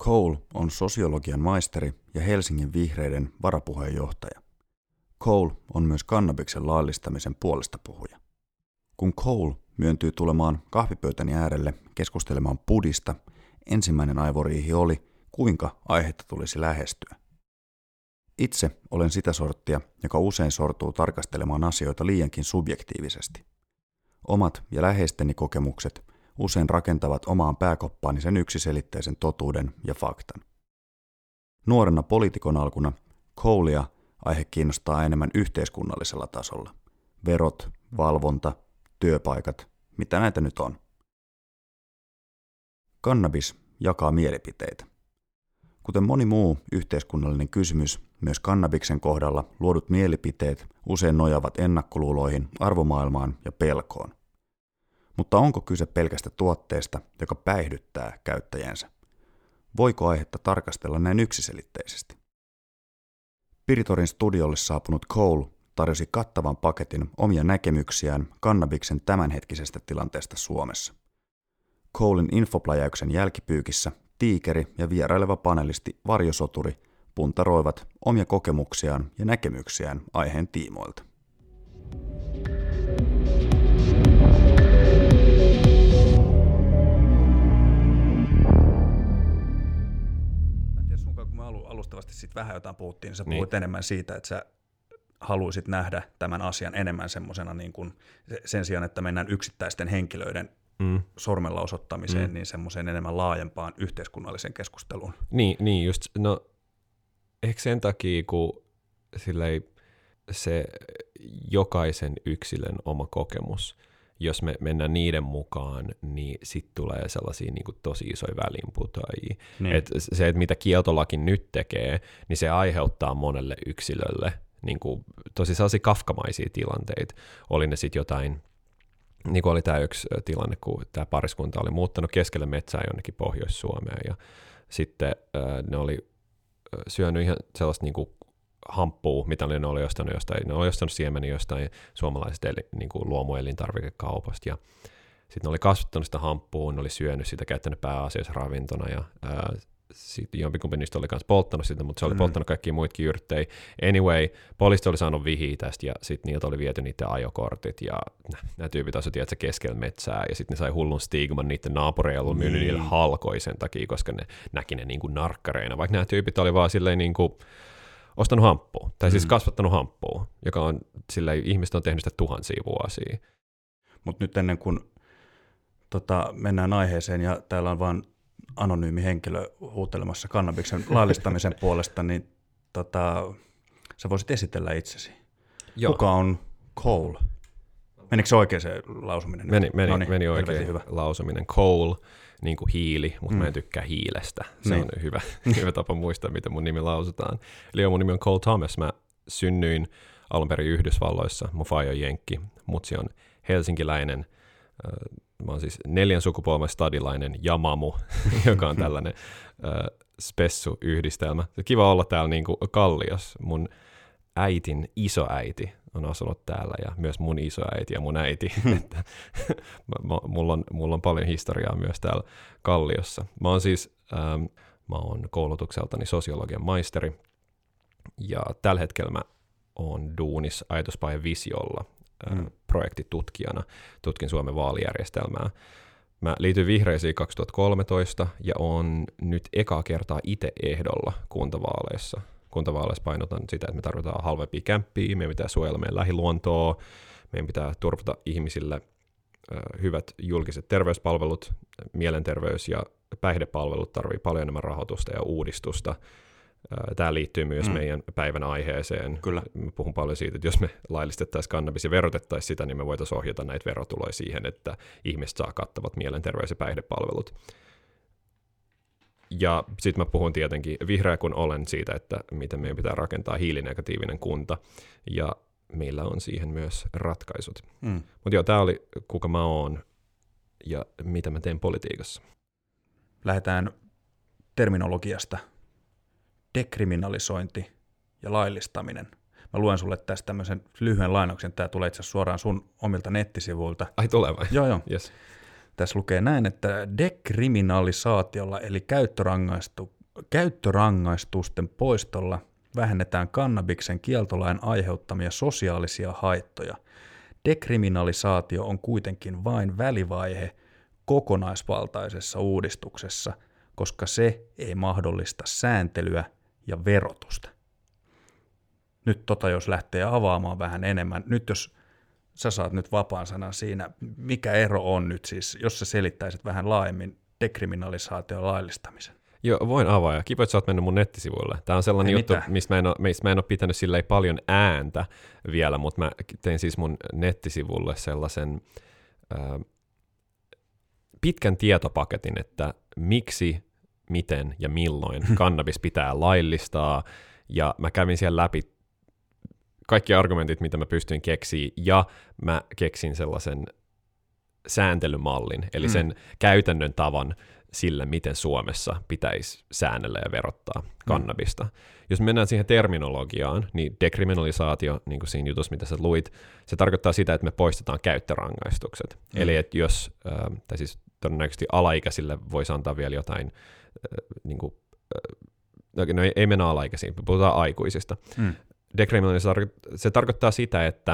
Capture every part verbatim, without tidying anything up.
Cole on sosiologian maisteri ja Helsingin vihreiden varapuheenjohtaja. Cole on myös kannabiksen laillistamisen puolesta puhuja. Kun Cole myöntyi tulemaan kahvipöytäni äärelle keskustelemaan pudista, ensimmäinen aivoriihi oli, kuinka aihetta tulisi lähestyä. Itse olen sitä sorttia, joka usein sortuu tarkastelemaan asioita liiankin subjektiivisesti. Omat ja läheisteni kokemukset usein rakentavat omaan pääkoppaani sen yksiselitteisen totuuden ja faktan. Nuorena poliitikon alkuna Colea aihe kiinnostaa enemmän yhteiskunnallisella tasolla. Verot, valvonta, työpaikat, mitä näitä nyt on. Kannabis jakaa mielipiteitä. Kuten moni muu yhteiskunnallinen kysymys, myös kannabiksen kohdalla luodut mielipiteet usein nojaavat ennakkoluuloihin, arvomaailmaan ja pelkoon. Mutta onko kyse pelkästä tuotteesta, joka päihdyttää käyttäjänsä? Voiko aihetta tarkastella näin yksiselitteisesti? Piritorin studiolle saapunut Cole tarjosi kattavan paketin omia näkemyksiään kannabiksen tämänhetkisestä tilanteesta Suomessa. Colen infopläjäyksen jälkipyykissä tiikeri ja vieraileva panelisti Varjosoturi puntaroivat omia kokemuksiaan ja näkemyksiään aiheen tiimoilta. Mä en tiedä sunkaan, kun me alustavasti siitä vähän jotain puhuttiin, niin sä puhuit niin enemmän siitä, että sä haluaisit nähdä tämän asian enemmän semmoisena niin kuin sen sijaan, että mennään yksittäisten henkilöiden Mm. sormella osoittamiseen, mm. niin semmoiseen enemmän laajempaan yhteiskunnalliseen keskusteluun. Niin, niin just, no ehkä sen takia, kun sillei, se jokaisen yksilön oma kokemus, jos me mennään niiden mukaan, niin sitten tulee sellaisia niin kuin tosi isoja väliinputoajia. Niin. Et se, että mitä kieltolaki nyt tekee, niin se aiheuttaa monelle yksilölle niin kuin tosi sellaisia kafkamaisia tilanteita. Oli ne sitten jotain, niin kuin oli tämä yksi tilanne, kun tämä pariskunta oli muuttanut keskelle metsää jonnekin Pohjois-Suomeen, ja sitten äh, ne oli syönyt ihan sellaista niin kuin hamppua, mitä ne oli ostanut jostain, ne oli ostanut siemeniä jostain suomalaisesta eli, niin kuin luomuelintarvikekaupasta, ja sitten ne oli kasvattanut sitä hamppua, ne oli syönyt sitä, käyttänyt pääasiassa ravintona, ja äh, sitten jompikumpi niistä oli myös polttanut sitä, mutta se oli mm. polttanut kaikkia muitakin yrttejä. Anyway, poliisit oli saanut vihiä tästä, ja sitten niiltä oli viety niiden ajokortit, ja nämä tyypit asuivat keskellä metsää, ja sitten ne sai hullun stigman niiden naapureilla, oli myynyt niille halkoja sen takia, koska ne näki ne niin kuin narkkareina, vaikka nämä tyypit oli vaan silleen niin kuin ostanut hamppua, tai mm. siis kasvattanut hamppua, joka on silleen, ihmiset on tehnyt sitä tuhansia vuosia. Mutta nyt ennen kuin tota, mennään aiheeseen, ja täällä on vaan anonyymi henkilö huutelemassa kannabiksen laillistamisen puolesta, niin tota, sä voisit esitellä itsesi. Joo. Kuka on Cole? Menikö se oikein se lausuminen? Meni, meni, Noniin, meni oikein hyvä lausuminen. Cole, niin kuin hiili, mutta mm. mä en tykkää hiilestä. Se niin. on hyvä, hyvä tapa muistaa, miten mun nimi lausutaan. Eli mun nimi on Cole Thomas. Mä synnyin alun perin Yhdysvalloissa. Mun faija on jenkki. Mutsi on helsinkiläinen. Mä oon siis neljän sukupolven stadilainen jamamu, joka on tällainen äh, spessu-yhdistelmä. Kiva olla täällä niin kuin Kalliossa. Mun äitin isoäiti on asunut täällä, ja myös mun isoäiti ja mun äiti. Että, mulla, on, mulla on paljon historiaa myös täällä Kalliossa. Mä oon siis ähm, mä oon koulutukseltani sosiologian maisteri, ja tällä hetkellä mä oon duunis Ajatuspajan Visiolla Mm. projektitutkijana, tutkin Suomen vaalijärjestelmää. Mä liityin vihreisiin kaksituhattakolmetoista ja on nyt ekaa kertaa itse ehdolla kuntavaaleissa. Kuntavaaleissa painotan sitä, että me tarvitaan halvempia kämppiä, meidän pitää suojella meidän lähiluontoa, meidän pitää turvata ihmisille äh, hyvät julkiset terveyspalvelut, mielenterveys- ja päihdepalvelut tarvii paljon enemmän rahoitusta ja uudistusta. Tämä liittyy myös mm. meidän päivän aiheeseen. Kyllä. Mä puhun paljon siitä, että jos me laillistettaisiin kannabis ja verotettaisiin sitä, niin me voitaisiin ohjata näitä verotuloja siihen, että ihmiset saa kattavat mielenterveys- ja päihdepalvelut. Ja sitten mä puhun tietenkin vihreä kun olen siitä, että miten meidän pitää rakentaa hiilinegatiivinen kunta, ja meillä on siihen myös ratkaisut. Mm. Mutta joo, tämä oli kuka mä oon ja mitä mä teen politiikassa. Lähdetään terminologiasta. Dekriminalisointi ja laillistaminen. Mä luen sulle tästä tämmöisen lyhyen lainauksen. Tämä tulee itse asiassa suoraan sun omilta nettisivuilta. Ai tulee vai? Joo, joo. Yes. Tässä lukee näin, että dekriminalisaatiolla eli käyttörangaistu, käyttörangaistusten poistolla vähennetään kannabiksen kieltolain aiheuttamia sosiaalisia haittoja. Dekriminalisaatio on kuitenkin vain välivaihe kokonaisvaltaisessa uudistuksessa, koska se ei mahdollista sääntelyä ja verotusta. Nyt tota jos lähtee avaamaan vähän enemmän, nyt jos sä saat nyt vapaan sanan siinä, mikä ero on nyt siis, jos sä selittäisit vähän laajemmin dekriminalisaation laillistamisen. Joo, voin avaa. Ja kiva, että sä oot mennyt mun nettisivuille. Tämä on sellainen Ei juttu, mitään. mistä mä en ole, mistä mä en ole pitänyt silleen paljon ääntä vielä, mutta mä tein siis mun nettisivulle sellaisen ää, pitkän tietopaketin, että miksi, miten ja milloin kannabis pitää laillistaa, ja mä kävin siellä läpi kaikki argumentit, mitä mä pystyin keksiä, ja mä keksin sellaisen sääntelymallin, eli sen mm. käytännön tavan sille, miten Suomessa pitäisi säännellä ja verottaa kannabista. Mm. Jos mennään siihen terminologiaan, niin dekriminalisaatio, niin kuin siinä jutussa, mitä sä luit, se tarkoittaa sitä, että me poistetaan käyttörangaistukset. Mm. Eli että jos, äh, tai siis todennäköisesti alaikäisille voisi antaa vielä jotain, äh, niin kuin, äh, no ei, ei mennä alaikäisiin, puhutaan aikuisista. Mm. Dekriminalisaatio, se tarkoittaa sitä, että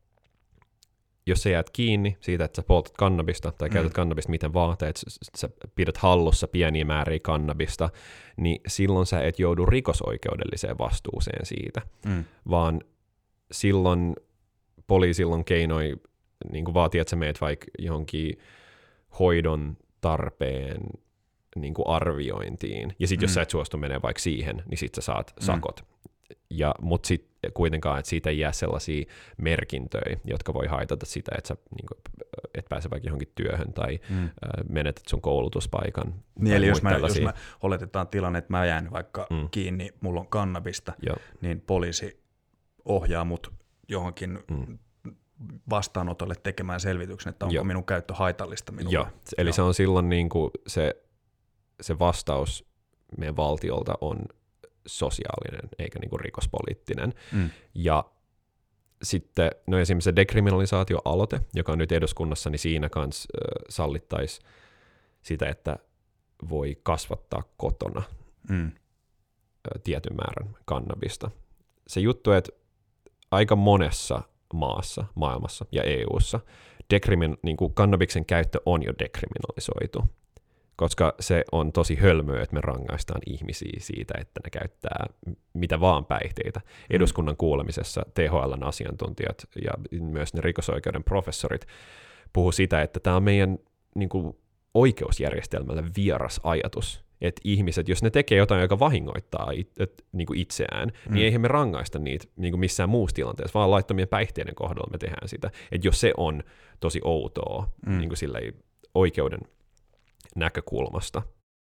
jos sä jäät kiinni siitä, että sä poltat kannabista tai käytät mm. kannabista miten vaan, tai että sä pidät hallussa pieniä määriä kannabista, niin silloin sä et joudu rikosoikeudelliseen vastuuseen siitä, mm. vaan silloin poliisilla on keinoja niin vaatii, että sä meet vaikka johonkin hoidon tarpeen niin kuin arviointiin, ja sitten mm. jos sä et suostu menee vaikka siihen, niin sit sä saat sakot. Mm. Ja, mutta sitten kuitenkaan, että siitä ei jää sellaisia merkintöjä, jotka voi haitata sitä, että sä niin kuin, et pääse vaikka johonkin työhön tai mm. menetät sun koulutuspaikan. Niin, eli jos, mä, jos mä oletetaan tilanne, että mä jään vaikka mm. kiinni, mulla on kannabista, Joo. niin poliisi ohjaa mut johonkin mm. vastaanotolle tekemään selvityksen, että onko Joo. minun käyttö haitallista minulle. Joo, eli Joo. se on silloin niin kuin se, se vastaus meidän valtiolta on sosiaalinen eikä niinku rikospoliittinen. Mm. Ja sitten, no esimerkiksi se dekriminalisaatioaloite, joka on nyt eduskunnassa, niin siinä kanssa äh, sallittaisi sitä, että voi kasvattaa kotona mm. äh, tietyn määrän kannabista. Se juttu, että aika monessa maassa, maailmassa ja E U:ssa dekrimin, niinku kannabiksen käyttö on jo dekriminalisoitu, koska se on tosi hölmöä, että me rangaistaan ihmisiä siitä, että ne käyttää mitä vaan päihteitä. Mm. Eduskunnan kuulemisessa T H L:n asiantuntijat ja myös ne rikosoikeuden professorit puhuu sitä, että tämä on meidän niin kuin, oikeusjärjestelmälle vieras ajatus, että ihmiset, jos ne tekee jotain, joka vahingoittaa it, et, niin kuin itseään, mm. niin eihän me rangaista niitä niin kuin missään muussa tilanteessa, vaan laittomien päihteiden kohdalla me tehdään sitä. Että jos se on tosi outoa mm. niin kuin silleen, oikeuden näkökulmasta.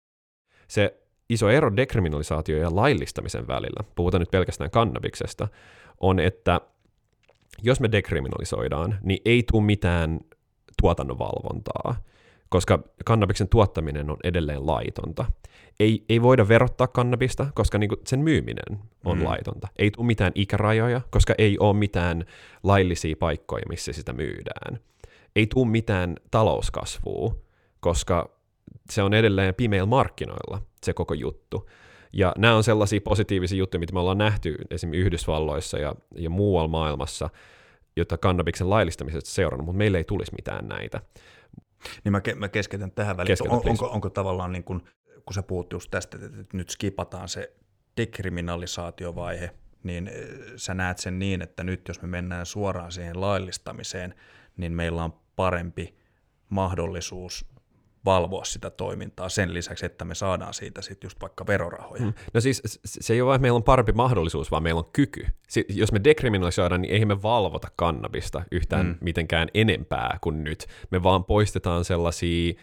Se iso ero dekriminalisaatio ja laillistamisen välillä, puhutaan nyt pelkästään kannabiksesta, on, että jos me dekriminalisoidaan, niin ei tule mitään tuotannonvalvontaa, koska kannabiksen tuottaminen on edelleen laitonta. Ei, ei voida verottaa kannabista, koska niinku sen myyminen on mm. laitonta. Ei tule mitään ikärajoja, koska ei ole mitään laillisia paikkoja, missä sitä myydään. Ei tule mitään talouskasvua, koska se on edelleen pimeillä markkinoilla, se koko juttu. Ja nämä on sellaisia positiivisia juttuja, mitä me ollaan nähty esimerkiksi Yhdysvalloissa ja, ja muualla maailmassa, jota kannabiksen laillistamisesta seurannut, mutta meillä ei tulisi mitään näitä. Niin mä, ke- mä keskitän tähän väliin. On, onko, onko tavallaan, niin kun, kun sä puhut just tästä, että nyt skipataan se dekriminalisaatiovaihe, niin sä näet sen niin, että nyt jos me mennään suoraan siihen laillistamiseen, niin meillä on parempi mahdollisuus valvoa sitä toimintaa sen lisäksi, että me saadaan siitä sitten just vaikka verorahoja. Hmm. No siis se ei ole vain, että meillä on parempi mahdollisuus, vaan meillä on kyky. Jos me dekriminalisoidaan, niin eihän me valvota kannabista yhtään hmm. mitenkään enempää kuin nyt. Me vaan poistetaan sellaisia,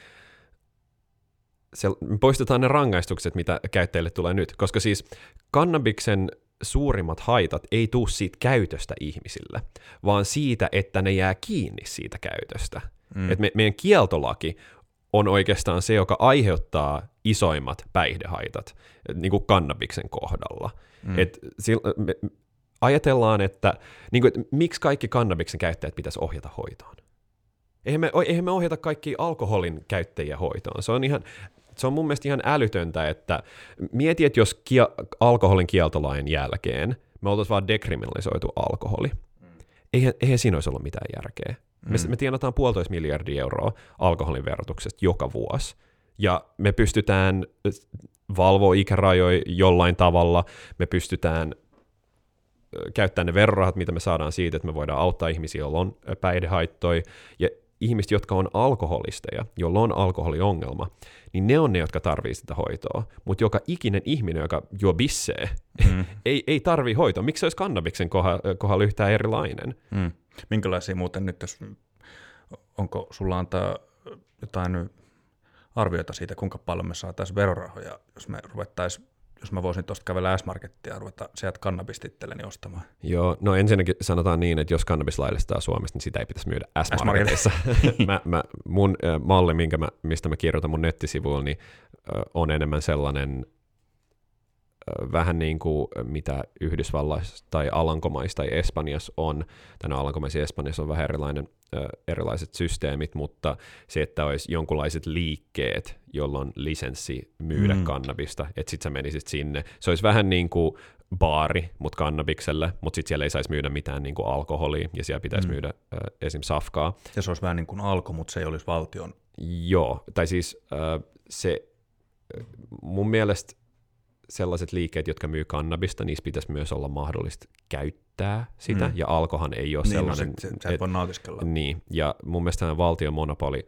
me poistetaan ne rangaistukset, mitä käyttäjille tulee nyt. Koska siis kannabiksen suurimmat haitat ei tule siitä käytöstä ihmisille, vaan siitä, että ne jää kiinni siitä käytöstä. Hmm. Et me, meidän kieltolaki on oikeastaan se, joka aiheuttaa isoimmat päihdehaitat niin kuin kannabiksen kohdalla. Mm. Et me ajatellaan, että, niin kuin, että miksi kaikki kannabiksen käyttäjät pitäisi ohjata hoitoon? Eihän me, eihän me ohjata kaikki alkoholin käyttäjiä hoitoon. Se on, ihan, se on mun mielestä ihan älytöntä, että mieti, että jos kia, alkoholin kieltolain jälkeen me oltaisiin vaan dekriminalisoitu alkoholi. Mm. Eihän, eihän siinä olisi ollut mitään järkeä. Mm. Me, me tienataan puolitoista miljardia euroa alkoholin verotuksesta joka vuosi. Ja me pystytään valvoa ikärajoja jollain tavalla, me pystytään käyttämään ne verorahat, mitä me saadaan siitä, että me voidaan auttaa ihmisiä, joilla on päihdehaittoja, ja ihmiset, jotka on alkoholisteja, joilla on alkoholiongelma, niin ne on ne, jotka tarvii sitä hoitoa. Mutta joka ikinen ihminen, joka juo bissee, mm. ei, ei tarvii hoitoa. Miksi se olisi kannabiksen kohdalla yhtään erilainen? Mm. Minkälaisia muuten nyt, jos, onko sulla antaa jotain arvioita siitä, kuinka paljon me saataisiin verorahoja, jos me ruvettaisiin, jos mä voisin tuosta kävellä S-Markettia ja ruveta sieltä kannabistittelleni ostamaan. Joo, no ensinnäkin sanotaan niin, että jos kannabis laillistaa Suomesta, niin sitä ei pitäisi myydä S-Marketissa. mä, mä, mun äh, malli, minkä mä, mistä mä kirjoitan mun nettisivuilla, niin äh, on enemmän sellainen äh, vähän niin kuin mitä Yhdysvalloissa tai Alankomaissa tai Espanjassa on. Tänä Alankomaissa ja Espanjassa on vähän erilainen, äh, erilaiset systeemit, mutta se, että olisi jonkunlaiset liikkeet, jolla on lisenssi myydä mm. kannabista, että sit sä menisit sinne. Se olisi vähän niin kuin baari, mutta kannabikselle, mutta sitten siellä ei saisi myydä mitään niin kuin alkoholia, ja siellä pitäisi mm. myydä äh, esim. Safkaa. Ja se olisi vähän niin kuin alko, mutta se ei olisi valtion. Joo, tai siis äh, se mun mielestä sellaiset liikkeet, jotka myy kannabista, niissä pitäisi myös olla mahdollista käyttää sitä, mm. ja alkohan ei ole niin, sellainen. No, se, se et voi nautiskella. Niin, ja mun mielestä tämä valtion monopoli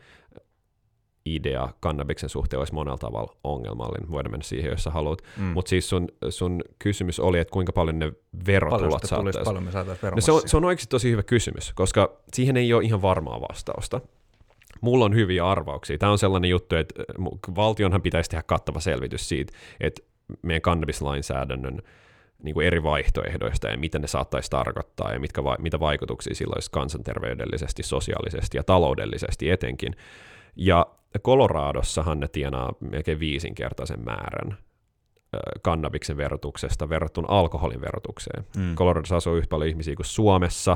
idea kannabiksen suhteen olisi monella tavalla ongelmallinen. Voidaan mennä siihen, jos sä haluat. Mm. Mutta siis sun, sun kysymys oli, että kuinka paljon ne verotulot saataisiin. Paljon me saataisiin no se, on, se on oikeasti tosi hyvä kysymys, koska siihen ei ole ihan varmaa vastausta. Mulla on hyviä arvauksia. Tämä on sellainen juttu, että valtionhan pitäisi tehdä kattava selvitys siitä, että meidän kannabislainsäädännön niin kuin eri vaihtoehdoista ja mitä ne saattaisi tarkoittaa ja mitkä, mitä vaikutuksia sillä olisi kansanterveydellisesti, sosiaalisesti ja taloudellisesti etenkin. Ja Coloradossahan ne tienaa melkein viisinkertaisen määrän kannabiksen verotuksesta verrattuna alkoholin verotukseen. Mm. Coloradossa asuu yhtä paljon ihmisiä kuin Suomessa,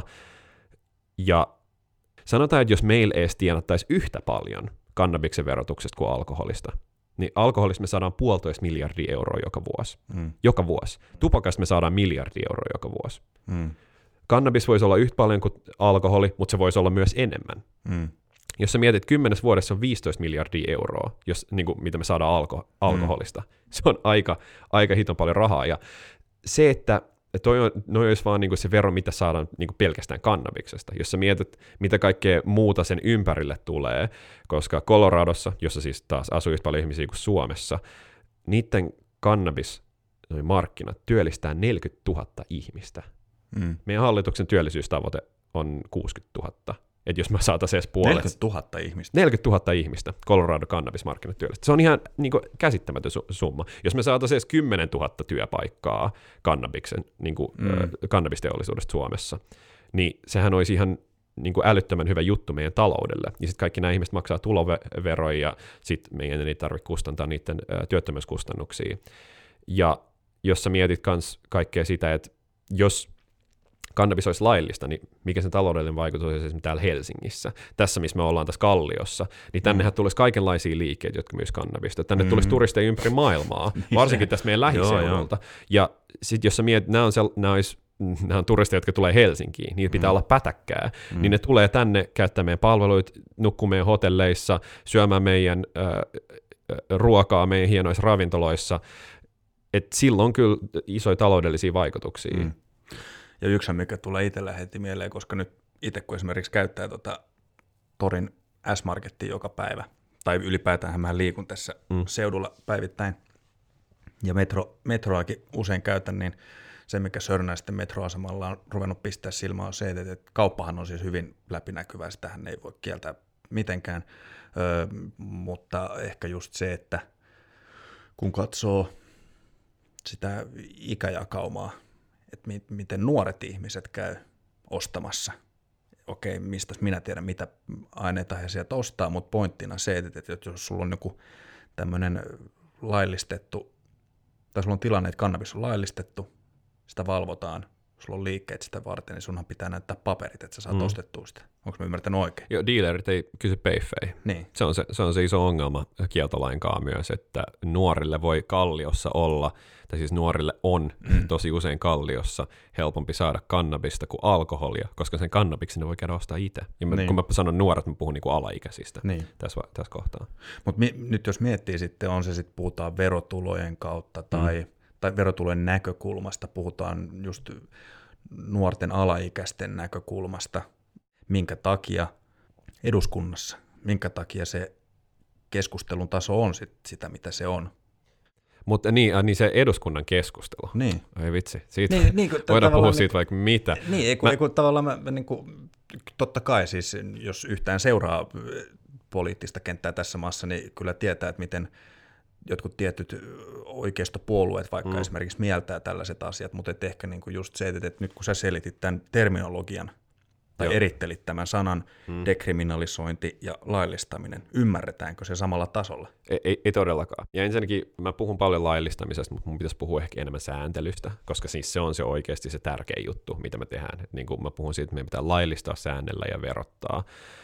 ja sanotaan, että jos meillä edes tienattaisi yhtä paljon kannabiksen verotuksesta kuin alkoholista, niin alkoholista me saadaan puolitoista miljardia euroa joka vuosi. Mm. Joka vuosi. Tupakasta me saadaan miljardia euroa joka vuosi. Mm. Kannabis voisi olla yhtä paljon kuin alkoholi, mutta se voisi olla myös enemmän. Mm. Jos sä mietit, kymmenessä vuodessa on viisitoista miljardia euroa, jos, niin kuin, mitä me saadaan alko- alkoholista. Mm. Se on aika, aika hiton paljon rahaa. Ja se, että toi on, noi olisi vaan niin kuin se vero, mitä saadaan niin kuin pelkästään kannabiksesta. Jos sä mietit, mitä kaikkea muuta sen ympärille tulee, koska Coloradossa, jossa siis taas asuu yhtä paljon ihmisiä kuin Suomessa, niiden kannabismarkkinat työllistää neljäkymmentätuhatta ihmistä. Mm. Meidän hallituksen työllisyystavoite on kuusikymmentätuhatta. Että jos mä saataisiin edes puolet. neljäkymmentätuhatta ihmistä. neljäkymmentätuhatta ihmistä Colorado kannabismarkkinat työllistä. Se on ihan niin kuin käsittämätön summa. Jos me saataisiin edes kymmenentuhatta työpaikkaa kannabiksen, niin kuin, mm. äh, kannabisteollisuudesta Suomessa, niin sehän olisi ihan niin kuin älyttömän hyvä juttu meidän taloudelle. Ja sitten kaikki nämä ihmiset maksaa tuloveroja, ja sitten meidän ei tarvitse kustantaa niiden äh, työttömyyskustannuksia. Ja jos sä mietit kans kaikkea sitä, että jos kannabis olisi laillista, niin mikä sen taloudellinen vaikutus olisi esimerkiksi täällä Helsingissä, tässä missä me ollaan tässä Kalliossa, niin tännehän mm. tulisi kaikenlaisia liikkeitä, jotka myys kannabista. Tänne mm. tulisi turisteja ympäri maailmaa, varsinkin tässä meidän lähiseudulta. Ja sitten jos sä mietit, nämä on, sel, nämä olisi, nämä on turisteja, jotka tulee Helsinkiin, niitä pitää mm. olla pätäkkää, mm. niin ne tulee tänne käyttämään meidän palveluita, nukkuu meidän hotelleissa, syömään meidän äh, ruokaa meidän hienoissa ravintoloissa. Et silloin on kyllä isoja taloudellisia vaikutuksia. Mm. Ja yksi, mikä tulee itsellä heti mieleen, koska nyt itse kun esimerkiksi käyttää tota Torin S-Markettia joka päivä, tai ylipäätään mä liikun tässä mm. seudulla päivittäin, ja metro, metroakin usein käytän, niin se, mikä Sörnä sitten metroasemalla on ruvennut pistää silmään, on se, että kauppahan on siis hyvin läpinäkyvää, sitähän ei voi kieltää mitenkään, öö, mutta ehkä just se, että kun katsoo sitä ikäjakaumaa, että mi- miten nuoret ihmiset käy ostamassa. Okei, mistä minä tiedän, mitä aineita he sieltä ostaa, mutta pointtina se, että, että jos sulla on joku tämmöinen laillistettu, tai sulla on tilanne, että kannabis on laillistettu, sitä valvotaan, sulla on liikkeet sitä varten, niin sunhan pitää näyttää paperit, että sä saat Mm. ostettua sitä. Onko mä ymmärtänyt oikein? Joo, dealerit ei kysy payfei. Niin. Se on se, se on se iso ongelma kieltolainkaan myös, että nuorille voi Kalliossa olla, tai siis nuorille on mm. tosi usein Kalliossa helpompi saada kannabista kuin alkoholia, koska sen kannabiksen ne voi käydä ostaa itse. Ja mä, niin. kun mä sanon nuoret, mä puhun niinku alaikäisistä niin. tässä, tässä kohtaa. Mutta mi- nyt jos miettii sitten, on se sitten puhutaan verotulojen kautta tai, mm. tai verotulojen näkökulmasta, puhutaan just nuorten alaikäisten näkökulmasta, minkä takia eduskunnassa, minkä takia se keskustelun taso on sit sitä, mitä se on. Mutta niin, äh, niin se eduskunnan keskustelu. Niin. Ai vitsi, siitä niin, niin, voidaan puhua niin, siitä vaikka mitä. Niin, ei kun, mä... ei kun tavallaan mä, niin kuin, totta kai siis, jos yhtään seuraa poliittista kenttää tässä maassa, niin kyllä tietää, että miten jotkut tietyt oikeistopuolueet vaikka mm. esimerkiksi mieltää tällaiset asiat, mutta et ehkä niin kuin just se, että nyt kun sä selitit tämän terminologian, tai Joo. erittelit tämän sanan hmm. dekriminalisointi ja laillistaminen. Ymmärretäänkö se samalla tasolla? Ei, ei, ei todellakaan. Ja ensinnäkin mä puhun paljon laillistamisesta, mutta mun pitäisi puhua ehkä enemmän sääntelystä, koska siis se on se oikeasti se tärkein juttu, mitä me tehdään. Et niin kuin mä puhun siitä, että meidän pitää laillistaa, säännellä ja verottaa.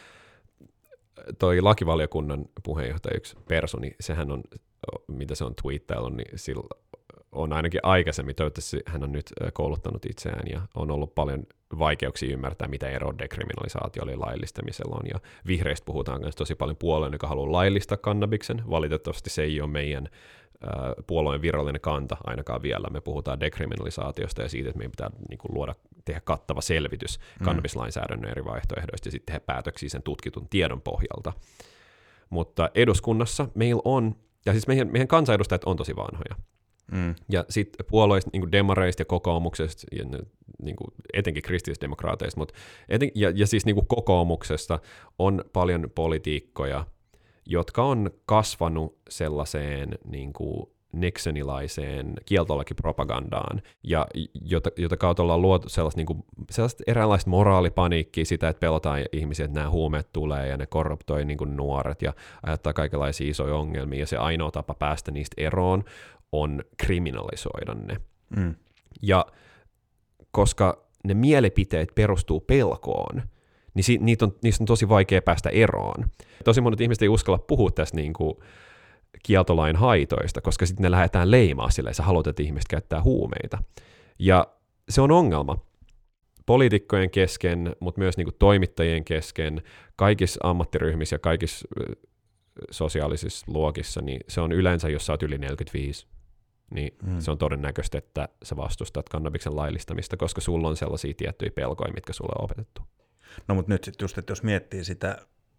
Toi lakivaliokunnan puheenjohtaja, yksi personi, sehän on, mitä se on twiittaillut, niin sillä on ainakin aikaisemmin, toivottavasti hän on nyt kouluttanut itseään ja on ollut paljon vaikeuksia ymmärtää, mitä ero dekriminalisaatiolla ja laillistamisella on. Ja vihreistä puhutaan myös tosi paljon puolueen, joka haluaa laillistaa kannabiksen. Valitettavasti se ei ole meidän äh, puolueen virallinen kanta ainakaan vielä. Me puhutaan dekriminalisaatiosta ja siitä, että meidän pitää niin kuin, luoda, tehdä kattava selvitys mm. kannabislainsäädännön eri vaihtoehdoista ja sitten tehdä päätöksiä sen tutkitun tiedon pohjalta. Mutta eduskunnassa meillä on, ja siis meidän, meidän kansanedustajat on tosi vanhoja. Mm. Ja sitten puolueista, niin demareista ja kokoomuksesta, ja niin kuin etenkin kristillisdemokraateista, mutta eten, ja, ja siis niin kuin kokoomuksesta on paljon politiikkoja, jotka on kasvanut sellaiseen niin kuin Nixonilaiseen kieltolakipropagandaan, ja jota, jota kautta ollaan luotu sellaista, niin kuin, sellaista eräänlaista moraalipaniikkia sitä, että pelotaan ihmisiä, että nämä huumeet tulee ja ne korruptoi niin kuin nuoret ja aiheuttaa kaikenlaisia isoja ongelmia, ja se ainoa tapa päästä niistä eroon on kriminalisoida ne. Mm. Ja koska ne mielipiteet perustuu pelkoon, niin si- niitä on, niistä on tosi vaikea päästä eroon. Tosi monet ihmiset ei uskalla puhua tästä niin kuin kieltolain haitoista, koska sitten ne lähdetään leimaa silleen, sä haluat, että ihmiset käyttää huumeita. Ja se on ongelma poliitikkojen kesken, mutta myös niin kuin toimittajien kesken, kaikissa ammattiryhmissä ja kaikissa sosiaalisissa luokissa, niin se on yleensä, jos sä oot yli neljäkymmentäviisi, niin mm. se on todennäköistä, että sä vastustat kannabiksen laillistamista, koska sulla on sellaisia tiettyjä pelkoja, mitkä sulle on opetettu. No mutta nyt sitten just, että jos miettii sitä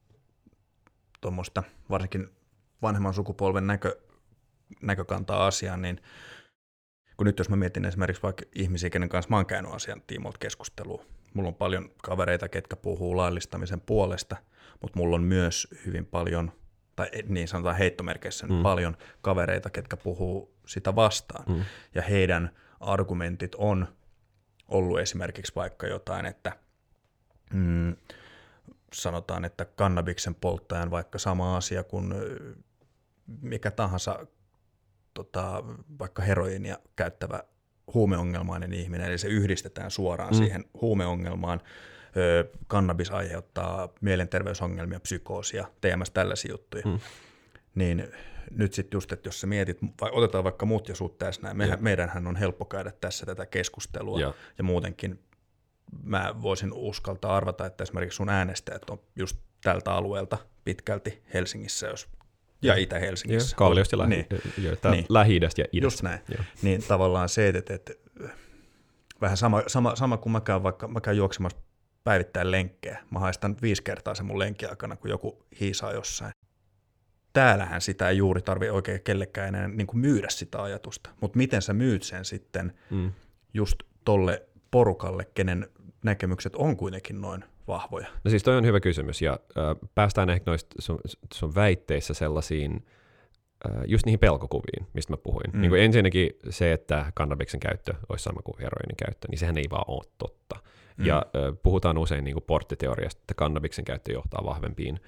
tuommoista varsinkin vanhemman sukupolven näkö, näkökantaa asiaan, niin kun nyt jos mä mietin esimerkiksi vaikka ihmisiä, kenen kanssa mä oon käynyt asian tiimoilta keskustelua, mulla on paljon kavereita, ketkä puhuu laillistamisen puolesta, mutta mulla on myös hyvin paljon, tai niin sanotaan heittomerkeissä mm. paljon kavereita, ketkä puhuu sitä vastaan. Mm. Ja heidän argumentit on ollut esimerkiksi vaikka jotain, että mm, sanotaan, että kannabiksen polttajan vaikka sama asia kuin mikä tahansa tota, vaikka heroiinia käyttävä huumeongelmainen ihminen, eli se yhdistetään suoraan mm. siihen huumeongelmaan. Ö, kannabis aiheuttaa mielenterveysongelmia, psykoosia, T M S, tällaisia juttuja. Mm. Niin nyt sitten just, että jos sä mietit, vai otetaan vaikka mut ja sut tässä näin, Mehän, meidänhän on helppo käydä tässä tätä keskustelua, ja, ja muutenkin mä voisin uskaltaa arvata, että esimerkiksi sun äänestäjät on just tältä alueelta pitkälti Helsingissä, jos ja Itä-Helsingissä. Kalliosta ja niin. niin. Lähi-idästä ja idästä. Just näin. Joo. Niin tavallaan se, että, että vähän sama, sama, sama kuin mä käyn, vaikka mä käyn juoksemassa päivittäin lenkkejä. Mä haistan viisi kertaa sen mun lenkkiaikana, kun joku hiisaa jossain. Täällähän sitä ei juuri tarvitse oikein kellekään enää niin kuin myydä sitä ajatusta. Mutta miten sä myyt sen sitten mm. just tolle porukalle, kenen näkemykset on kuitenkin noin vahvoja? No siis toi on hyvä kysymys, ja äh, päästään ehkä noista sun, sun väitteissä sellaisiin, äh, just niihin pelkokuviin, mistä mä puhuin. Mm. Niin kuin ensinnäkin se, että kannabiksen käyttö olisi sama kuin heroinin käyttö, niin sehän ei vaan ole totta. Mm. Ja äh, puhutaan usein niin kuin porttiteoriasta, että kannabiksen käyttö johtaa vahvempiin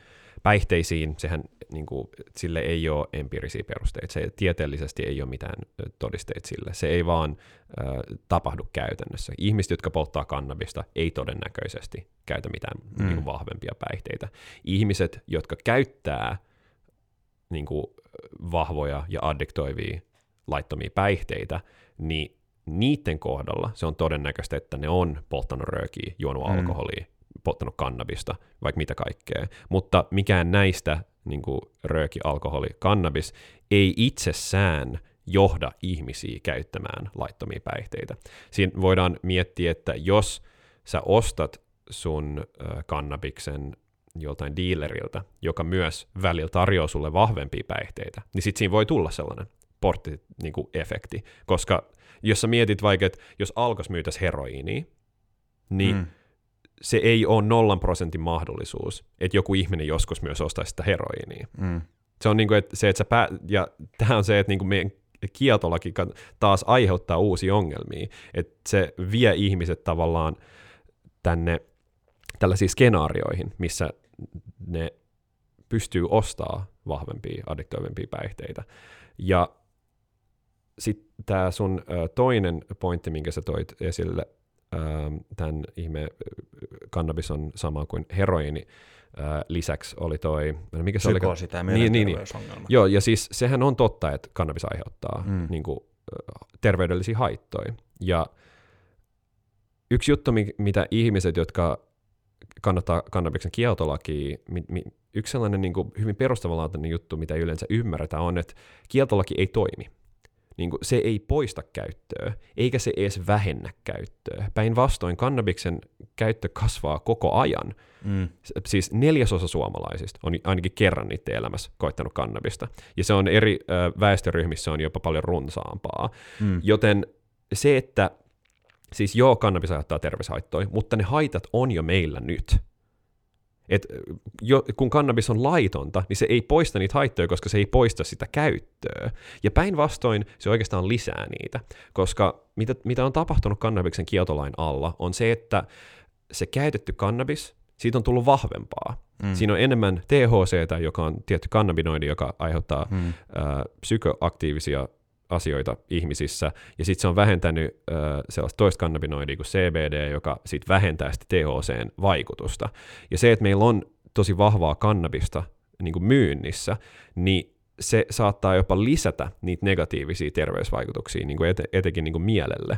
päihteisiin, sehän niin kuin, sille ei ole empiirisiä perusteita, se tieteellisesti ei ole mitään todisteita sille, se ei vaan äh, tapahdu käytännössä. Ihmiset, jotka polttaa kannabista, ei todennäköisesti käytä mitään mm. niin kuin, vahvempia päihteitä. Ihmiset, jotka käyttää niin kuin, vahvoja ja addiktoivia laittomia päihteitä, niin niiden kohdalla se on todennäköistä, että ne on polttanut röökiä, juonut mm. alkoholia, polttanut kannabista, vaikka mitä kaikkea. Mutta mikään näistä, niin kuin rööki, alkoholi, kannabis, ei itsessään johda ihmisiä käyttämään laittomia päihteitä. Siinä voidaan miettiä, että jos sä ostat sun äh, kannabiksen joltain dealerilta, joka myös välillä tarjoaa sulle vahvempia päihteitä, niin sitten siinä voi tulla sellainen portti-efekti, niin koska jos sä mietit vaikka, että jos Alkos myytäisi heroiinia, niin mm. se ei ole nollan prosentin mahdollisuus, että joku ihminen joskus myös ostaisi sitä heroiinia. Mm. Se on niin kuin, että se, että sä pää... ja tämä on se, että niin kuin meidän kieltolaki taas aiheuttaa uusia ongelmia, että se vie ihmiset tavallaan tänne tällaisiin skenaarioihin, missä ne pystyy ostamaan vahvempia, addiktoivempia päihteitä. Ja sitten tämä sun ö, toinen pointti, minkä sä toit esille, ö, tämän ihme kannabis on sama kuin heroini, ö, lisäksi oli toi... Mikä se Psykoosi tai mielenterveysongelma. Niin, niin. Joo, ja siis sehän on totta, että kannabis aiheuttaa mm. niin kuin, terveydellisiä haittoja. Ja yksi juttu, mitä ihmiset, jotka kannattaa kannabiksen kieltolakia, mi, mi, yksi sellainen niin kuin hyvin perustavanlaatuinen juttu, mitä ei yleensä ymmärretä, on, että kieltolaki ei toimi. Niin kuin se ei poista käyttöä, eikä se edes vähennä käyttöä. Päinvastoin kannabiksen käyttö kasvaa koko ajan. Mm. Siis neljäsosa suomalaisista on ainakin kerran niiden elämässä koittanut kannabista. Ja se on eri äh, väestöryhmissä on jopa paljon runsaampaa. Mm. Joten se, että siis joo, kannabis aiheuttaa terveyshaittoja, mutta ne haitat on jo meillä nyt. Et jo, kun kannabis on laitonta, niin se ei poista niitä haittoja, koska se ei poista sitä käyttöä. Ja päinvastoin se oikeastaan lisää niitä, koska mitä, mitä on tapahtunut kannabiksen kieltolain alla, on se, että se käytetty kannabis, siitä on tullut vahvempaa. Mm. Siinä on enemmän T H C:tä, joka on tietty kannabinoidi, joka aiheuttaa mm. äh, psykoaktiivisia asioita ihmisissä, ja sitten se on vähentänyt äh, sellaista toista kannabinoidia kuin C B D, joka sitten vähentää sitä T H C:n vaikutusta. Ja se, että meillä on tosi vahvaa kannabista niin kuin myynnissä, niin se saattaa jopa lisätä niitä negatiivisia terveysvaikutuksia, niin kuin ete, etenkin niin kuin mielelle.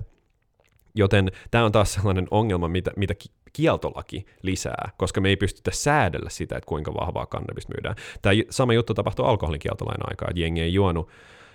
Joten tämä on taas sellainen ongelma, mitä, mitä kieltolaki lisää, koska me ei pystytä säädellä sitä, että kuinka vahvaa kannabista myydään. Tämä sama juttu tapahtui alkoholin kieltolain aikaa, että jengi ei juonut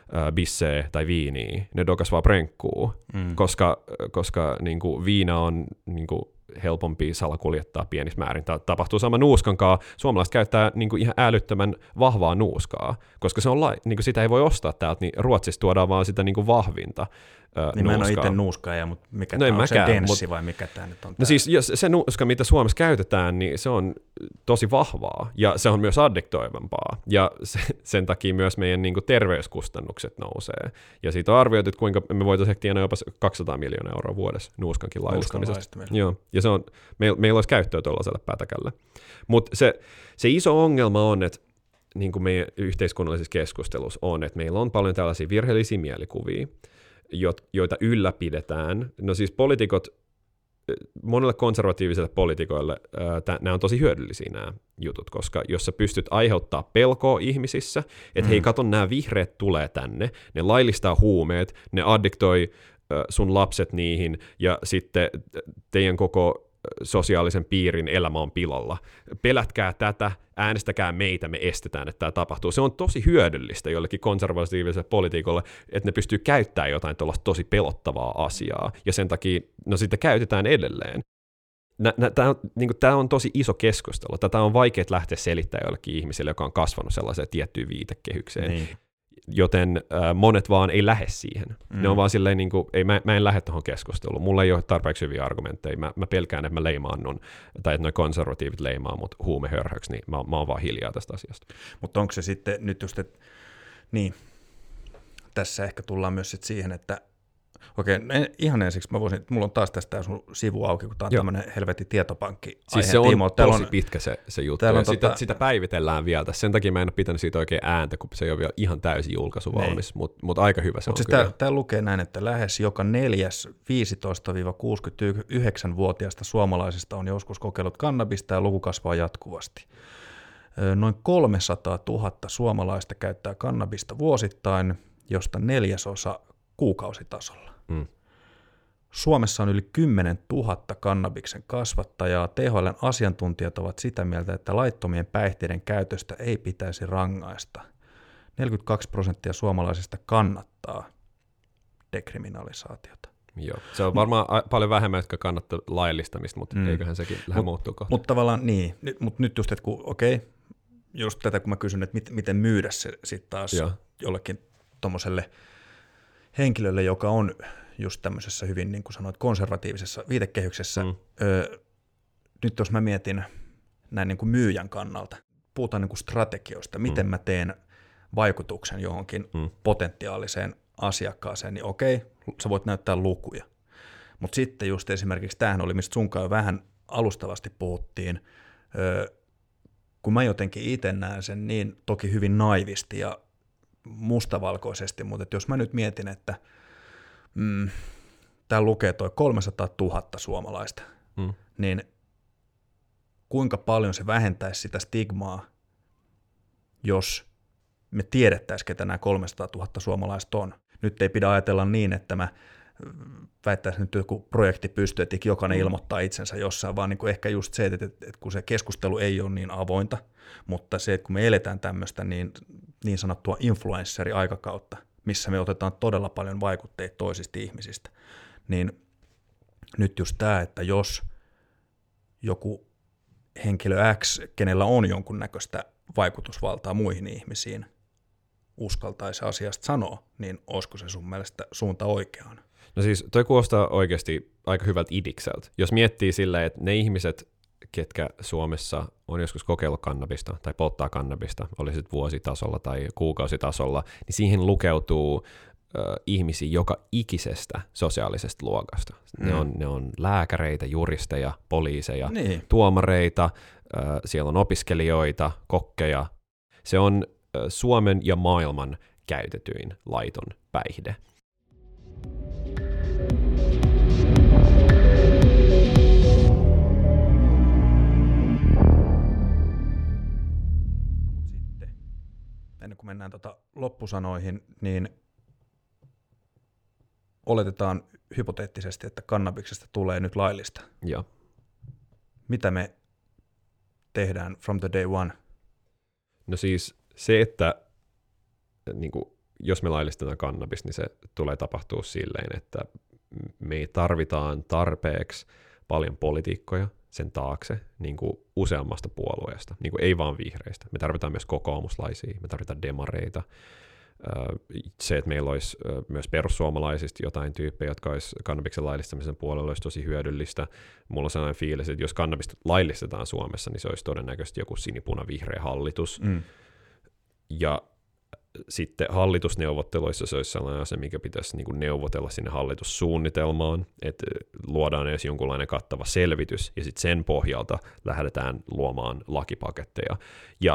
bissee tai viiniä, ne dokas vaan prenkkuu, mm. koska, koska niin kuin, viina on niin kuin, helpompi salakuljettaa pienissä määrin. Tämä tapahtuu sama nuuskankaan. Suomalaiset käyttää niin kuin, ihan älyttömän vahvaa nuuskaa, koska se on la- niin kuin, sitä ei voi ostaa täältä, niin Ruotsissa tuodaan vaan sitä niin kuin, vahvinta ö, niin nuuskaa. Mä en ole itse nuuskaaja, mutta mikä no tämä on, se denssi vai mikä tämä nyt on? No siis jos se nuuska, mitä Suomessa käytetään, niin se on tosi vahvaa, ja se on myös addiktoivampaa, ja se, sen takia myös meidän niin kuin, terveyskustannukset nousee. Ja siitä on arvioitu, että kuinka me voitaisiin tienaa jopa kaksisataa miljoonaa euroa vuodessa nuuskankin laillistamisesta. Joo, ja se on, meil, meillä olisi käyttöä tuollaiselle pätäkälle. Mutta se, se iso ongelma on, että niin kuin meidän yhteiskunnallisessa keskustelussa on, että meillä on paljon tällaisia virheellisiä mielikuvia, joita ylläpidetään. No siis poliitikot, monelle konservatiiviselle poliitikoille äh, nämä on tosi hyödyllisiä nämä jutut, koska jos sä pystyt aiheuttaa pelkoa ihmisissä, että mm. hei kato, nämä vihreät tulee tänne, ne laillistaa huumeet, ne addiktoi äh, sun lapset niihin, ja sitten teidän koko sosiaalisen piirin elämä on pilalla. Pelätkää tätä, äänestäkää meitä, me estetään, että tämä tapahtuu. Se on tosi hyödyllistä jollekin konservatiiviselle poliitikolle, että ne pystyy käyttämään jotain tuollaista tosi pelottavaa asiaa, ja sen takia, no sitä käytetään edelleen. Tämä on, niin kuin, on tosi iso keskustelu. Tätä on vaikea lähteä selittämään jollekin ihmiselle, joka on kasvanut sellaiseen tiettyyn viitekehykseen. Niin. Joten äh, monet vaan ei lähde siihen. Mm. Ne on vaan silleen, niin kuin, ei, mä, mä en lähde tuohon keskusteluun. Mulla ei ole tarpeeksi hyviä argumentteja. Mä, mä pelkään, että mä leimaannun, tai että noi konservatiivit leimaa mut huumehörhöksi, niin mä, mä oon vaan hiljaa tästä asiasta. Mutta onko se sitten nyt just, että niin, tässä ehkä tullaan myös sit siihen, että Okei, ihan ensiksi mä voisin, mulla on taas tästä sun sivu auki, kun tää on tämmönen helvetin tietopankki. Siis se on tiimo. tosi on, pitkä se, se juttu, ja sitä, tota... sitä päivitellään vielä. Sen takia mä en ole pitänyt siitä oikein ääntä, kun se ei ole vielä ihan täysin julkaisu valmis, mutta mut aika hyvä se mut on siis kyllä. Tämä lukee näin, että lähes joka neljäs viisitoista kuusikymmentäyhdeksän-vuotiaista suomalaisista on joskus kokeillut kannabista ja luku kasvaa jatkuvasti. Noin kolmesataatuhatta suomalaista käyttää kannabista vuosittain, josta neljäsosa kuukausitasolla. Mm. Suomessa on yli kymmenen tuhatta kannabiksen kasvattajaa. T H L:n asiantuntijat ovat sitä mieltä, että laittomien päihteiden käytöstä ei pitäisi rangaista. neljäkymmentäkaksi prosenttia suomalaisista kannattaa dekriminalisaatiota. Joo. Se on varmaan a- paljon vähemmän, jotka kannattaa laillistamista, mutta mm. eiköhän sekin lähde muuttua kohta. Mutta tavallaan niin, mutta nyt just, että kun okei, okay, just tätä kun mä kysyn, että mit, miten myydä se sitten taas Joo. jollekin tommoselle henkilölle, joka on just tämmöisessä hyvin, niin kuin sanoit, konservatiivisessa viitekehyksessä. Mm. Öö, nyt jos mä mietin näin niin kuin myyjän kannalta, puhutaan niin kuin strategioista, miten mm. mä teen vaikutuksen johonkin mm. potentiaaliseen asiakkaaseen, niin okei, sä voit näyttää lukuja. Mutta sitten just esimerkiksi tämähän oli, mistä sunkaan jo vähän alustavasti puhuttiin, öö, kun mä jotenkin itse näen sen niin toki hyvin naivisti ja mustavalkoisesti, mutta jos mä nyt mietin, että mm, täällä lukee toi kolmesataatuhatta suomalaista, mm. niin kuinka paljon se vähentäisi sitä stigmaa, jos me tiedettäisiin, ketä nämä kolmesataatuhatta suomalaista on. Nyt ei pidä ajatella niin, että mä väittäisin nyt joku projekti pystyy, että jokainen mm. ilmoittaa itsensä jossain, vaan niin kuin ehkä just se, että, että kun se keskustelu ei ole niin avointa, mutta se, että kun me eletään tämmöistä niin, niin sanottua influenssari-aikakautta, missä me otetaan todella paljon vaikutteita toisista ihmisistä, niin nyt just tämä, että jos joku henkilö X, kenellä on jonkunnäköistä vaikutusvaltaa muihin ihmisiin, uskaltaisi asiasta sanoa, niin olisiko se sun mielestä suunta oikeaan? No siis toi kuulostaa oikeasti aika hyvältä idikseltä. Jos miettii silleen, että ne ihmiset, ketkä Suomessa on joskus kokeillut kannabista tai polttaa kannabista, oli sitten vuositasolla tai kuukausitasolla, niin siihen lukeutuu ö, ihmisiä joka ikisestä sosiaalisesta luokasta. Mm. Ne, on, ne on lääkäreitä, juristeja, poliiseja, niin. tuomareita, ö, siellä on opiskelijoita, kokkeja. Se on ö, Suomen ja maailman käytetyin laiton päihde. Ennen kuin mennään tota loppusanoihin, niin oletetaan hypoteettisesti, että kannabiksesta tulee nyt laillista. Joo. Mitä me tehdään from the day one? No siis se, että niin kuin, jos me laillistetaan kannabis, niin se tulee tapahtua silleen, että me tarvitaan tarpeeksi paljon poliitikkoja sen taakse niin kuin useammasta puolueesta, niin kuin ei vaan vihreistä. Me tarvitaan myös kokoomuslaisia, me tarvitaan demareita. Se, että meillä olisi myös perussuomalaisista jotain tyyppejä, jotka olisi kannabiksen laillistamisen puolella, olisi tosi hyödyllistä. Mulla on sellainen fiilis, että jos kannabista laillistetaan Suomessa, niin se olisi todennäköisesti joku sinipuna-vihreä hallitus. Mm. Ja sitten hallitusneuvotteluissa se olisi sellainen asia, mikä pitäisi niin kuin neuvotella sinne hallitussuunnitelmaan, että luodaan edes jonkunlainen kattava selvitys, ja sitten sen pohjalta lähdetään luomaan lakipaketteja. Ja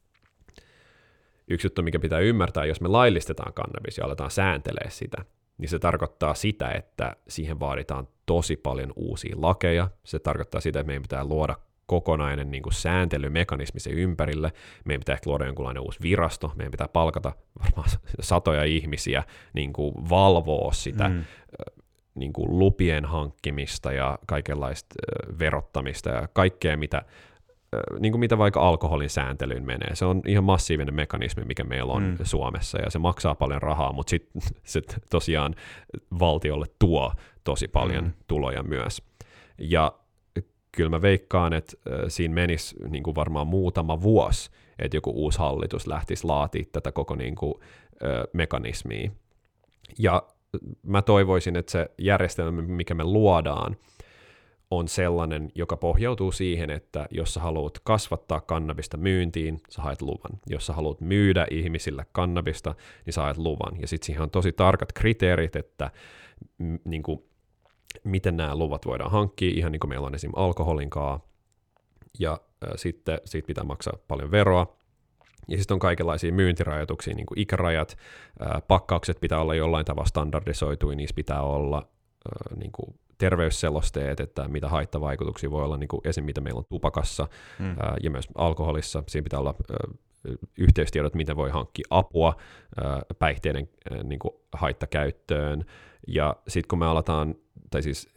yksi juttu, mikä pitää ymmärtää, jos me laillistetaan kannabis ja aletaan sääntelee sitä, niin se tarkoittaa sitä, että siihen vaaditaan tosi paljon uusia lakeja. Se tarkoittaa sitä, että meidän pitää luoda kokonainen niin kuin sääntelymekanismi sen ympärille. Meidän pitää ehkä luoda jonkunlainen uusi virasto. Meidän pitää palkata varmaan satoja ihmisiä niin kuin valvoa sitä mm. niin kuin lupien hankkimista ja kaikenlaista verottamista ja kaikkea, mitä, niin kuin mitä vaikka alkoholin sääntelyyn menee. Se on ihan massiivinen mekanismi, mikä meillä on mm. Suomessa, ja se maksaa paljon rahaa, mutta sitten sit tosiaan valtiolle tuo tosi paljon mm. tuloja myös. Ja kyllä mä veikkaan, että siinä menisi niin kuin varmaan muutama vuosi, että joku uusi hallitus lähtisi laatimaan tätä koko niin kuin, mekanismia. Ja mä toivoisin, että se järjestelmä, mikä me luodaan, on sellainen, joka pohjautuu siihen, että jos sä haluat kasvattaa kannabista myyntiin, sä haet luvan. Jos sä haluat myydä ihmisille kannabista, niin sä haet luvan. Ja sitten siihen on tosi tarkat kriteerit, että m- niin kuin, miten nämä luvat voidaan hankkia, ihan niin kuin meillä on esim. Alkoholinkaa, ja äh, sitten siitä pitää maksaa paljon veroa. Ja sitten on kaikenlaisia myyntirajoituksia, niin kuin ikärajat, äh, pakkaukset pitää olla jollain tavalla standardisoituja, niissä pitää olla äh, niin kuin terveysselosteet, että mitä haittavaikutuksia voi olla, niin kuin esim. Mitä meillä on tupakassa mm. ää, ja myös alkoholissa. Siinä pitää olla ää, yhteystiedot, miten voi hankkia apua ää, päihteiden ää, niin kuin haittakäyttöön. Ja sitten kun me aletaan, tai siis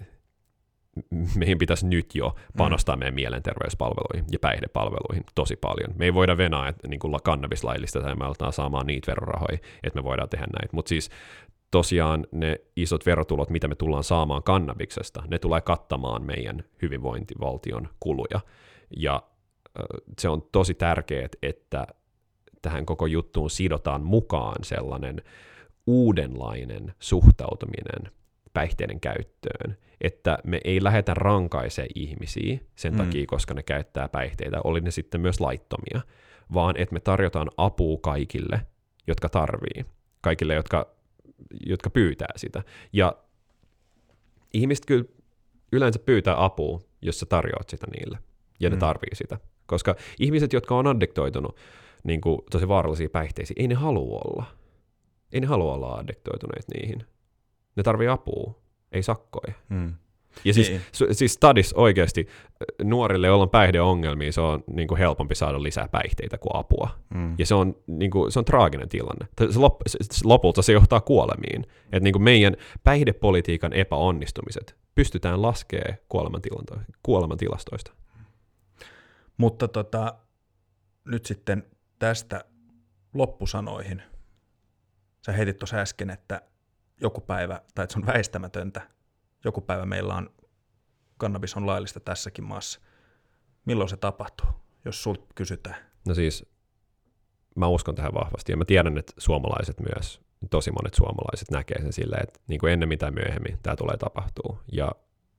meidän pitäisi nyt jo panostaa mm. meidän mielenterveyspalveluihin ja päihdepalveluihin tosi paljon. Me ei voida venää, että niin kuin kannabis laillistetaan ja me aletaan saamaan niitä verorahoja, että me voidaan tehdä näitä. Mutta siis tosiaan ne isot verotulot, mitä me tullaan saamaan kannabiksesta, ne tulee kattamaan meidän hyvinvointivaltion kuluja. Ja se on tosi tärkeää, että tähän koko juttuun sidotaan mukaan sellainen uudenlainen suhtautuminen päihteiden käyttöön, että me ei lähdetä rankaisee ihmisiä sen mm. takia, koska ne käyttää päihteitä, oli ne sitten myös laittomia, vaan että me tarjotaan apua kaikille, jotka tarvii, kaikille, jotka jotka pyytää sitä. Ja ihmiset kyllä yleensä pyytää apua, jos sä tarjoat sitä niille, ja ne mm. tarvii sitä. Koska ihmiset, jotka on addiktoitunut niin kuin tosi vaarallisia päihteisiin, ei ne halua olla. Ei ne halua olla addiktoituneet niihin. Ne tarvii apua, ei sakkoja. Mm. Ja siis, su, siis studies oikeasti nuorille, joilla on päihdeongelmia, se on niin kuin helpompi saada lisää päihteitä kuin apua. Mm. Ja se on, niin kuin, se on traaginen tilanne. Se lop, se, lopulta se johtaa kuolemiin. Että niin kuin meidän päihdepolitiikan epäonnistumiset pystytään laskemaan kuolemantilastoista. Mutta tota, nyt sitten tästä loppusanoihin. Sä heitit tuossa äsken, että joku päivä, tai että se on väistämätöntä, joku päivä meillä on, kannabis on laillista tässäkin maassa. Milloin se tapahtuu, jos sulta kysytään? No siis, mä uskon tähän vahvasti, ja mä tiedän, että suomalaiset myös, tosi monet suomalaiset näkee sen silleen, että niin kuin ennen mitä myöhemmin tämä tulee tapahtua. Ja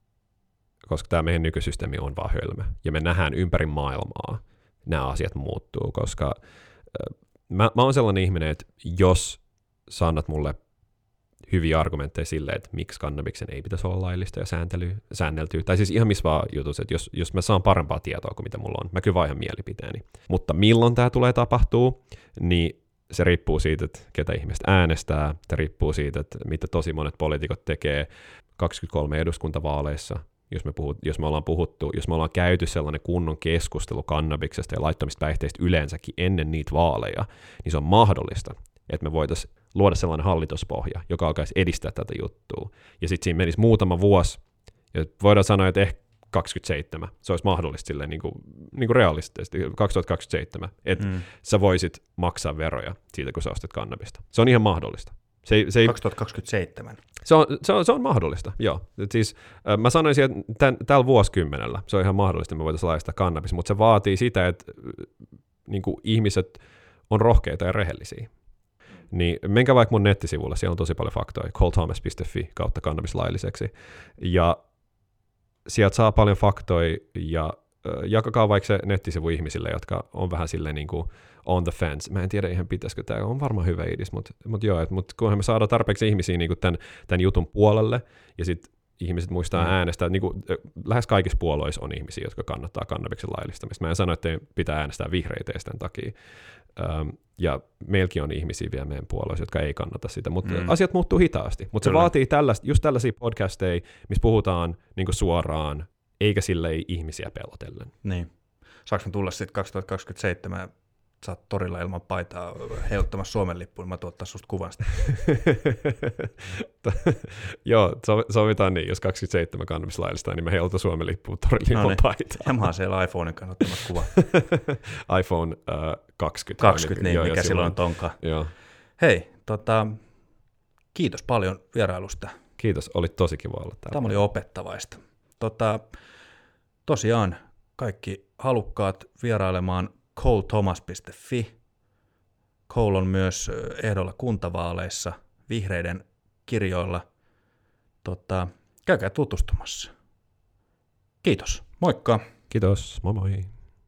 koska tämä meidän nykysysteemi on vaan hölmö, ja me nähdään ympäri maailmaa, nämä asiat muuttuu, koska äh, mä, mä oon sellainen ihminen, että jos sä annat mulle hyviä argumentteja sille, että miksi kannabiksen ei pitäisi olla laillista ja säänneltyä. Tai siis ihan missä vaan jutus, että jos, jos mä saan parempaa tietoa kuin mitä mulla on, mä kyllä vaihan mielipiteeni. Mutta milloin tämä tulee tapahtuu, niin se riippuu siitä, että ketä ihmistä äänestää. Se riippuu siitä, että mitä tosi monet poliitikot tekee kaksikymmentäkolme eduskuntavaaleissa. Jos me, puhut, jos me ollaan puhuttu, jos me ollaan käyty sellainen kunnon keskustelu kannabiksesta ja laittomista päihteistä yleensäkin ennen niitä vaaleja, niin se on mahdollista, että me voitaisiin luoda sellainen hallituspohja, joka alkaisi edistää tätä juttua. Ja sitten siinä menisi muutama vuosi, ja voidaan sanoa, että ehkä kaksikymmentäseitsemän, se olisi mahdollista silleen niin kuin, niin kuin realistisesti, kaksituhattakaksikymmentäseitsemän, että mm. sä voisit maksaa veroja siitä, kun sä ostat kannabista. Se on ihan mahdollista. Se ei, se ei, kaksituhattakaksikymmentäseitsemän. Se on, se on, se on mahdollista, joo. Et siis, äh, mä sanoisin, että tämän, tällä vuosikymmenellä se on ihan mahdollista, että me voitaisiin laajastaa kannabis, mutta se vaatii sitä, että äh, niin kuin ihmiset on rohkeita ja rehellisiä. Niin menkää vaikka mun nettisivulle, siellä on tosi paljon faktoja, cole thomas piste f i kautta kannabis lailliseksi, ja sieltä saa paljon faktoja, ja äh, jakakaa vaikka se nettisivu ihmisille, jotka on vähän silleen niin kuin on the fence. Mä en tiedä ihan pitäisikö, tämä on varmaan hyvä idis, mutta, mutta joo, että, mutta kunhan me saadaan tarpeeksi ihmisiä niin kuin tämän, tämän jutun puolelle, ja sitten ihmiset muistaa mm. äänestää, niin kuin, lähes kaikissa puolueissa on ihmisiä, jotka kannattaa kannabiksen laillistamista. Mä en sano, että pitää äänestää vihreitä tämän takia. Ähm, ja meilläkin on ihmisiä vielä meidän puolueissa, jotka ei kannata sitä, mutta mm. asiat muuttuu hitaasti. Mutta se vaatii tällaista, just tällaisia podcasteja, missä puhutaan niin kuin suoraan, eikä silleen ihmisiä pelotellen. Niin. Saanko me tulla sitten kaksituhattakaksikymmentäseitsemän, sä oot torilla ilman paitaa heiluttamassa Suomen lippuun, niin mä tuottaa susta kuvan sitä. Joo, sovitaan niin, jos kaksikymmentäseitsemän kannabis laillistaa, niin mä heilutan Suomen lippuun torilla ilman no niin. paitaa. Ja mä oon siellä iPhonein kanssa ottamassa kuvan. iPhone uh, kaksikymmentä. kaksikymmentä, niin, joo, mikä silloin on tonkaan. Joo. Hei, tota, kiitos paljon vierailusta. Kiitos, oli tosi kiva olla täällä. Tämä oli opettavaista. Tota, tosiaan kaikki halukkaat vierailemaan cole thomas piste f i. Cole on myös ehdolla kuntavaaleissa vihreiden kirjoilla. Tota, käykää tutustumassa. Kiitos. Moikka. Kiitos. Moi moi.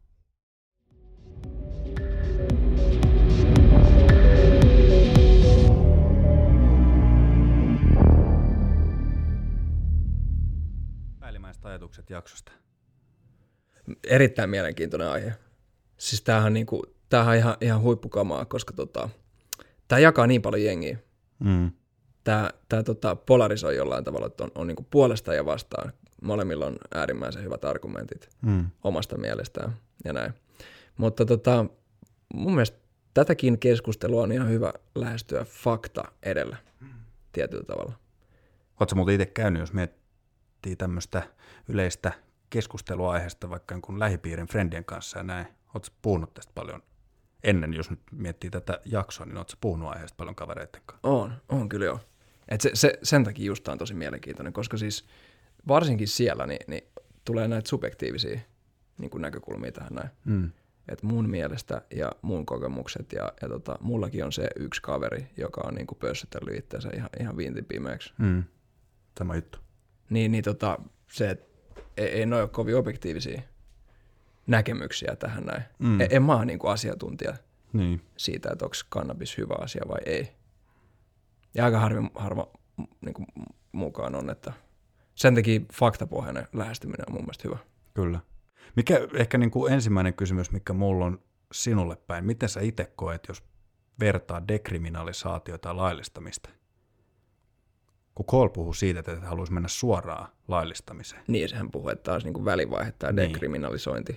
Päällimmäiset ajatukset jaksosta. Erittäin mielenkiintoinen aihe. Siis tämähän on, niinku, tämähän on ihan, ihan huippukamaa, koska tota, tämä jakaa niin paljon jengiä. Mm. Tämä, tämä tota, polarisoi jollain tavalla, että on, on niinku puolesta ja vastaan. Molemmilla on äärimmäisen hyvät argumentit Mm. omasta mielestään ja näin. Mutta tota, mun mielestä tätäkin keskustelua on ihan hyvä lähestyä fakta edellä tietyllä tavalla. Oletko muuten itse käynyt, jos miettii tämmöistä yleistä keskusteluaiheesta vaikka jonkun lähipiirin friendien kanssa ja näin? Oletko puhunut tästä paljon ennen, jos nyt miettii tätä jaksoa, niin oletko puhunut aiheesta paljon kavereiden kanssa? On, on kyllä joo. Et se, se, sen takia just on tosi mielenkiintoinen, koska siis varsinkin siellä niin, niin tulee näitä subjektiivisia niin kuin näkökulmia tähän näin. Mm. Et mun mielestä ja mun kokemukset ja, ja tota, mullakin on se yksi kaveri, joka on niin kuin pössötellyt itseänsä ihan, ihan viintipimeäksi. Mm. Sama juttu. Niin, niin tota, se, et ei, ei ne ole kovin objektiivisia näkemyksiä tähän näin. Mm. En, en mä ole niin kuin asiantuntija Niin. siitä, että onko kannabis hyvä asia vai ei. Ja aika harva, harva niin kuin mukaan on, että sen takia faktapohjainen lähestyminen on mun mielestä hyvä. Kyllä. Mikä ehkä niin kuin ensimmäinen kysymys, mikä mulla on sinulle päin, miten sä itse koet, jos vertaa dekriminalisaatiota ja laillistamista? Kun Cole puhuu siitä, että haluaisi mennä suoraan laillistamiseen. Niin, sehän puhuu, että tämä olisi niin kuin välivaihe, tämä Niin. dekriminalisointi.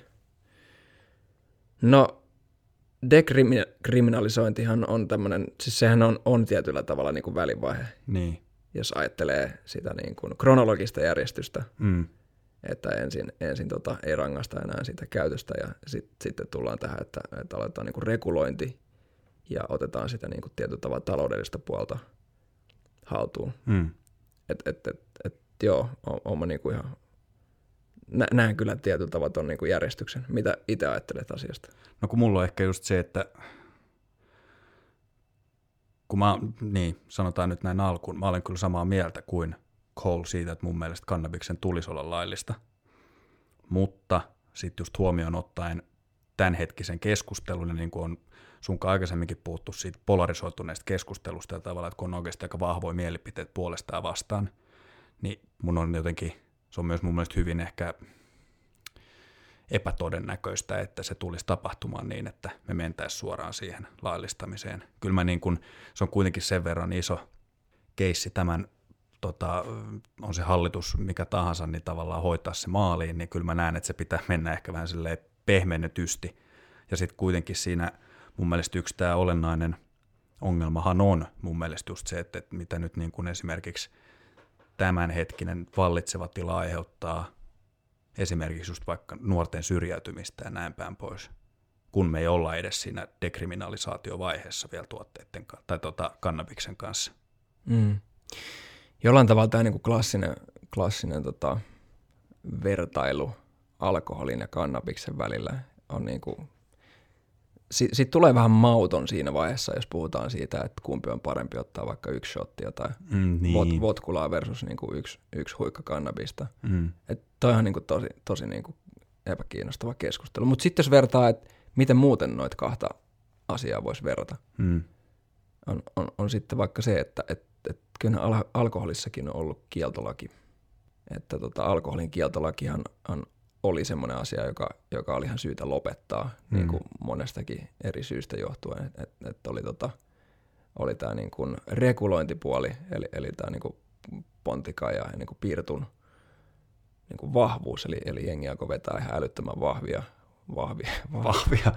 No, dekriminalisointihan on tämmöinen, siis sehän on, on tietyllä tavalla niin kuin välivaihe, Niin. jos ajattelee sitä niin kuin kronologista järjestystä, Mm. että ensin, ensin tota, ei rangaista enää sitä käytöstä ja sit, sitten tullaan tähän, että, että aletaan niin kuin regulointi ja otetaan sitä niin kuin tietyllä tavalla taloudellista puolta haltuun. Mm. Et, et, et, et, joo, on, on mä niinku ihan, nä, näen kyllä tietyllä tavalla ton niinku järjestyksen. Mitä itse ajattelet asiasta? No kun mulla on ehkä just se, että kun mä, niin sanotaan nyt näin alkuun, mä olen kyllä samaa mieltä kuin Cole siitä, että mun mielestä kannabiksen tulisi olla laillista, mutta sitten just huomioon ottaen tämänhetkisen keskustelun, ja niin kuin on sunkaan aikaisemminkin puhuttu siitä polarisoituneesta keskustelusta ja tavallaan, että kun on oikeasti aika vahvoja mielipiteet puolesta ja vastaan, niin mun on jotenkin, se on myös mun mielestä hyvin ehkä epätodennäköistä, että se tulisi tapahtumaan niin, että me mentäisiin suoraan siihen laillistamiseen. Kyllä mä niin kuin, se on kuitenkin sen verran iso keissi tämän, tota, on se hallitus mikä tahansa, niin tavallaan hoitaa se maaliin, niin kyllä mä näen, että se pitää mennä ehkä vähän silleen pehmennetysti. Ja sitten kuitenkin siinä mun mielestä yksi tämä olennainen ongelmahan on mun mielestä just se, että, että mitä nyt niin kuin esimerkiksi tämänhetkinen vallitseva tila aiheuttaa esimerkiksi just vaikka nuorten syrjäytymistä ja näin päin pois, kun me ei olla edes siinä dekriminalisaatiovaiheessa vielä tuotteiden tai tota, kannabiksen kanssa. Mm. Jollain tavalla tämä niinku klassinen, klassinen tota, vertailu alkoholin ja kannabiksen välillä on niinku, si- sit tulee vähän mauton siinä vaiheessa, jos puhutaan siitä, että kumpi on parempi ottaa vaikka yksi shottia tai Mm, niin. vot- votkulaa versus niinku yksi, yksi huikka kannabista. Mm. Et toi on niinku tosi, tosi niinku epäkiinnostava keskustelu. Mutta sitten jos vertaa, että miten muuten noita kahta asiaa voisi verrata, Mm. on, on, on sitten vaikka se, että et, et kyllä al- alkoholissakin on ollut kieltolaki. Että tota, alkoholin kieltolakihan on, oli semmoinen asia, joka, joka oli ihan syytä lopettaa Mm. niin kuin monestakin eri syystä johtuen. Että et, et oli, tota, oli tämä niin kuin regulointipuoli, eli, eli tämä niin kuin pontika ja niin kuin piirtun niin kuin vahvuus, eli, eli jengi alkoi vetää ihan älyttömän vahvia, vahvia, Vahvia.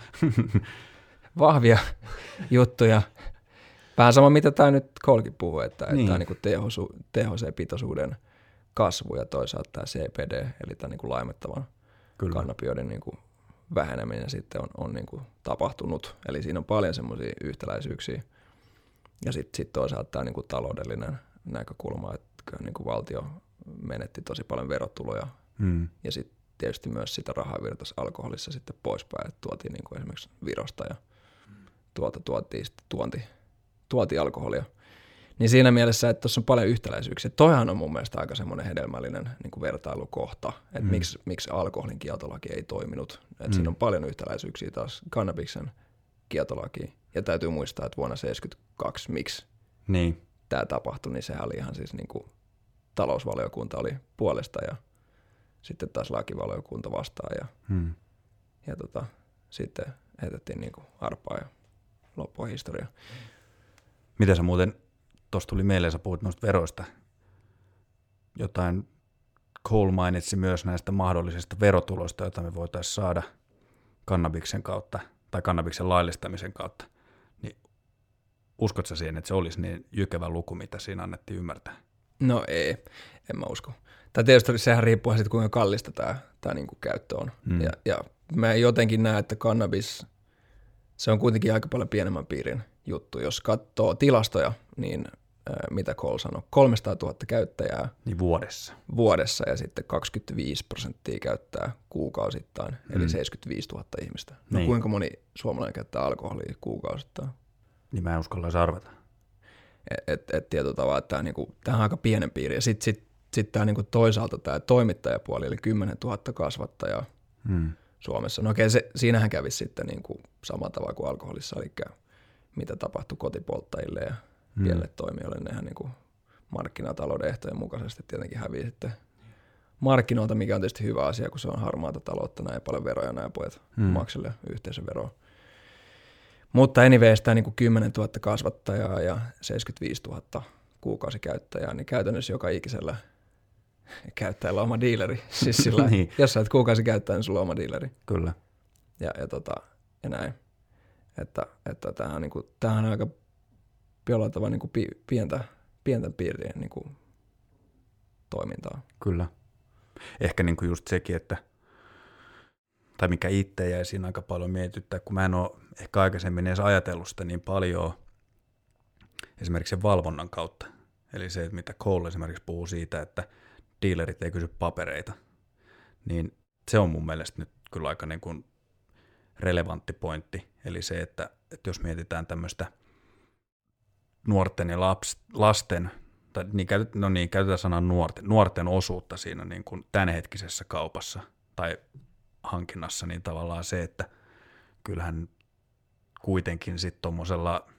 vahvia juttuja. Vähän sama, mitä tämä nyt Colkin puhuu, että, Niin. että tämä niin T H C-pitoisuuden kasvu ja toisaalta tämä C B D, eli tämä niin laimettavan Kyllä. kannabinoidin niin kuin väheneminen sitten on, on niin kuin tapahtunut. Eli siinä on paljon semmoisia yhtäläisyyksiä. Ja sitten sit toisaalta tämä niin kuin taloudellinen näkökulma, että niin kuin valtio menetti tosi paljon verotuloja. Mm. Ja sitten tietysti myös sitä rahaa virtasi alkoholissa sitten poispäin, että tuotiin niin kuin esimerkiksi Virosta ja tuolta tuotiin sitten tuonti, tuotiin alkoholia. Niin siinä mielessä, että tuossa on paljon yhtäläisyyksiä. Toihan on mun mielestä aika semmoinen hedelmällinen niin kuin vertailukohta, että mm. miksi, miksi alkoholin kieltolaki ei toiminut. Että mm. siinä on paljon yhtäläisyyksiä taas kannabiksen kieltolakiin. Ja täytyy muistaa, että vuonna seitsemänkymmentäkaksi, miksi niin. tämä tapahtui, niin sehän oli ihan siis niin kuin talousvaliokunta oli puolesta ja sitten taas lakivaliokunta vastaan ja, mm. ja tota, sitten heitettiin niin kuin arpaa ja loppua historia. Mitä sä muuten, tuossa tuli mieleen, sä puhuit noista veroista, jotain Cole mainitsi myös näistä mahdollisista verotuloista, joita me voitaisiin saada kannabiksen kautta tai kannabiksen laillistamisen kautta, niin uskot sä siihen, että se olisi niin jykevä luku, mitä siinä annettiin ymmärtää? No ei, en mä usko. Tai tietysti sehän riippuu siitä, kuinka kallista tämä, tämä niin kuin käyttö on. Mm. Ja, ja mä jotenkin näen, että kannabis, se on kuitenkin aika paljon pienemmän piirin juttu. Jos katsoo tilastoja, niin äh, mitä Cole sanoi, kolmesataatuhatta käyttäjää niin vuodessa. vuodessa ja sitten kaksikymmentäviisi prosenttia käyttää kuukausittain, mm. eli seitsemänkymmentäviisituhatta ihmistä. No niin. Kuinka moni suomalainen käyttää alkoholia kuukausittain? Niin mä en uskallaisi arvata. Että et, et tietyllä tavalla, että tämä niinku, on aika pienen piiri. Ja sitten sit, sit tämä niinku toisaalta tämä toimittajapuoli, eli kymmenentuhatta kasvattajaa mm. Suomessa. No okei, se, siinähän kävisi sitten niinku samalla tavalla kuin alkoholissa, eli mitä tapahtui kotipolttajille ja mm. pienille toimijoille. Nehän niinku markkinatalouden ehtojen mukaisesti tietenkin hävii sitten markkinoilta, mikä on tietysti hyvä asia, kun se on harmaata taloutta, näin paljon veroja, näin pojat mm. makselle yhteisöveroa. Mutta anyways, tämä niin kymmenentuhatta kasvattajaa ja seitsemänkymmentäviisituhatta kuukausikäyttäjää, niin käytännössä joka ikisellä käyttäjällä on oma diileri. Siis sillä, niin. Jos sä et kuukausikäyttäjä, niin sulla on oma diileri. Kyllä. Ja, ja, tota, ja näin. Että, että tämähän on, niin kuin, tämähän on aika jollain tavalla niin kuin pientä, pientä piirien niin kuin toimintaa. Kyllä. Ehkä niin kuin just sekin, että tai mikä itse jäi siinä aika paljon mietityttää, kun mä en ole ehkä aikaisemmin edes ajatellut sitä niin paljon esimerkiksi sen valvonnan kautta. Eli se, mitä Cole esimerkiksi puhuu siitä, että dealerit ei kysy papereita, niin se on mun mielestä nyt kyllä aika niin kuin relevantti pointti. Eli se, että, että jos mietitään tämmöistä nuorten ja laps, lasten, tai niin, no niin, käytetään sanaa nuorten, nuorten osuutta siinä niin kuin tämänhetkisessä kaupassa tai hankinnassa, niin tavallaan se, että kyllähän kuitenkin sitten tuommoisella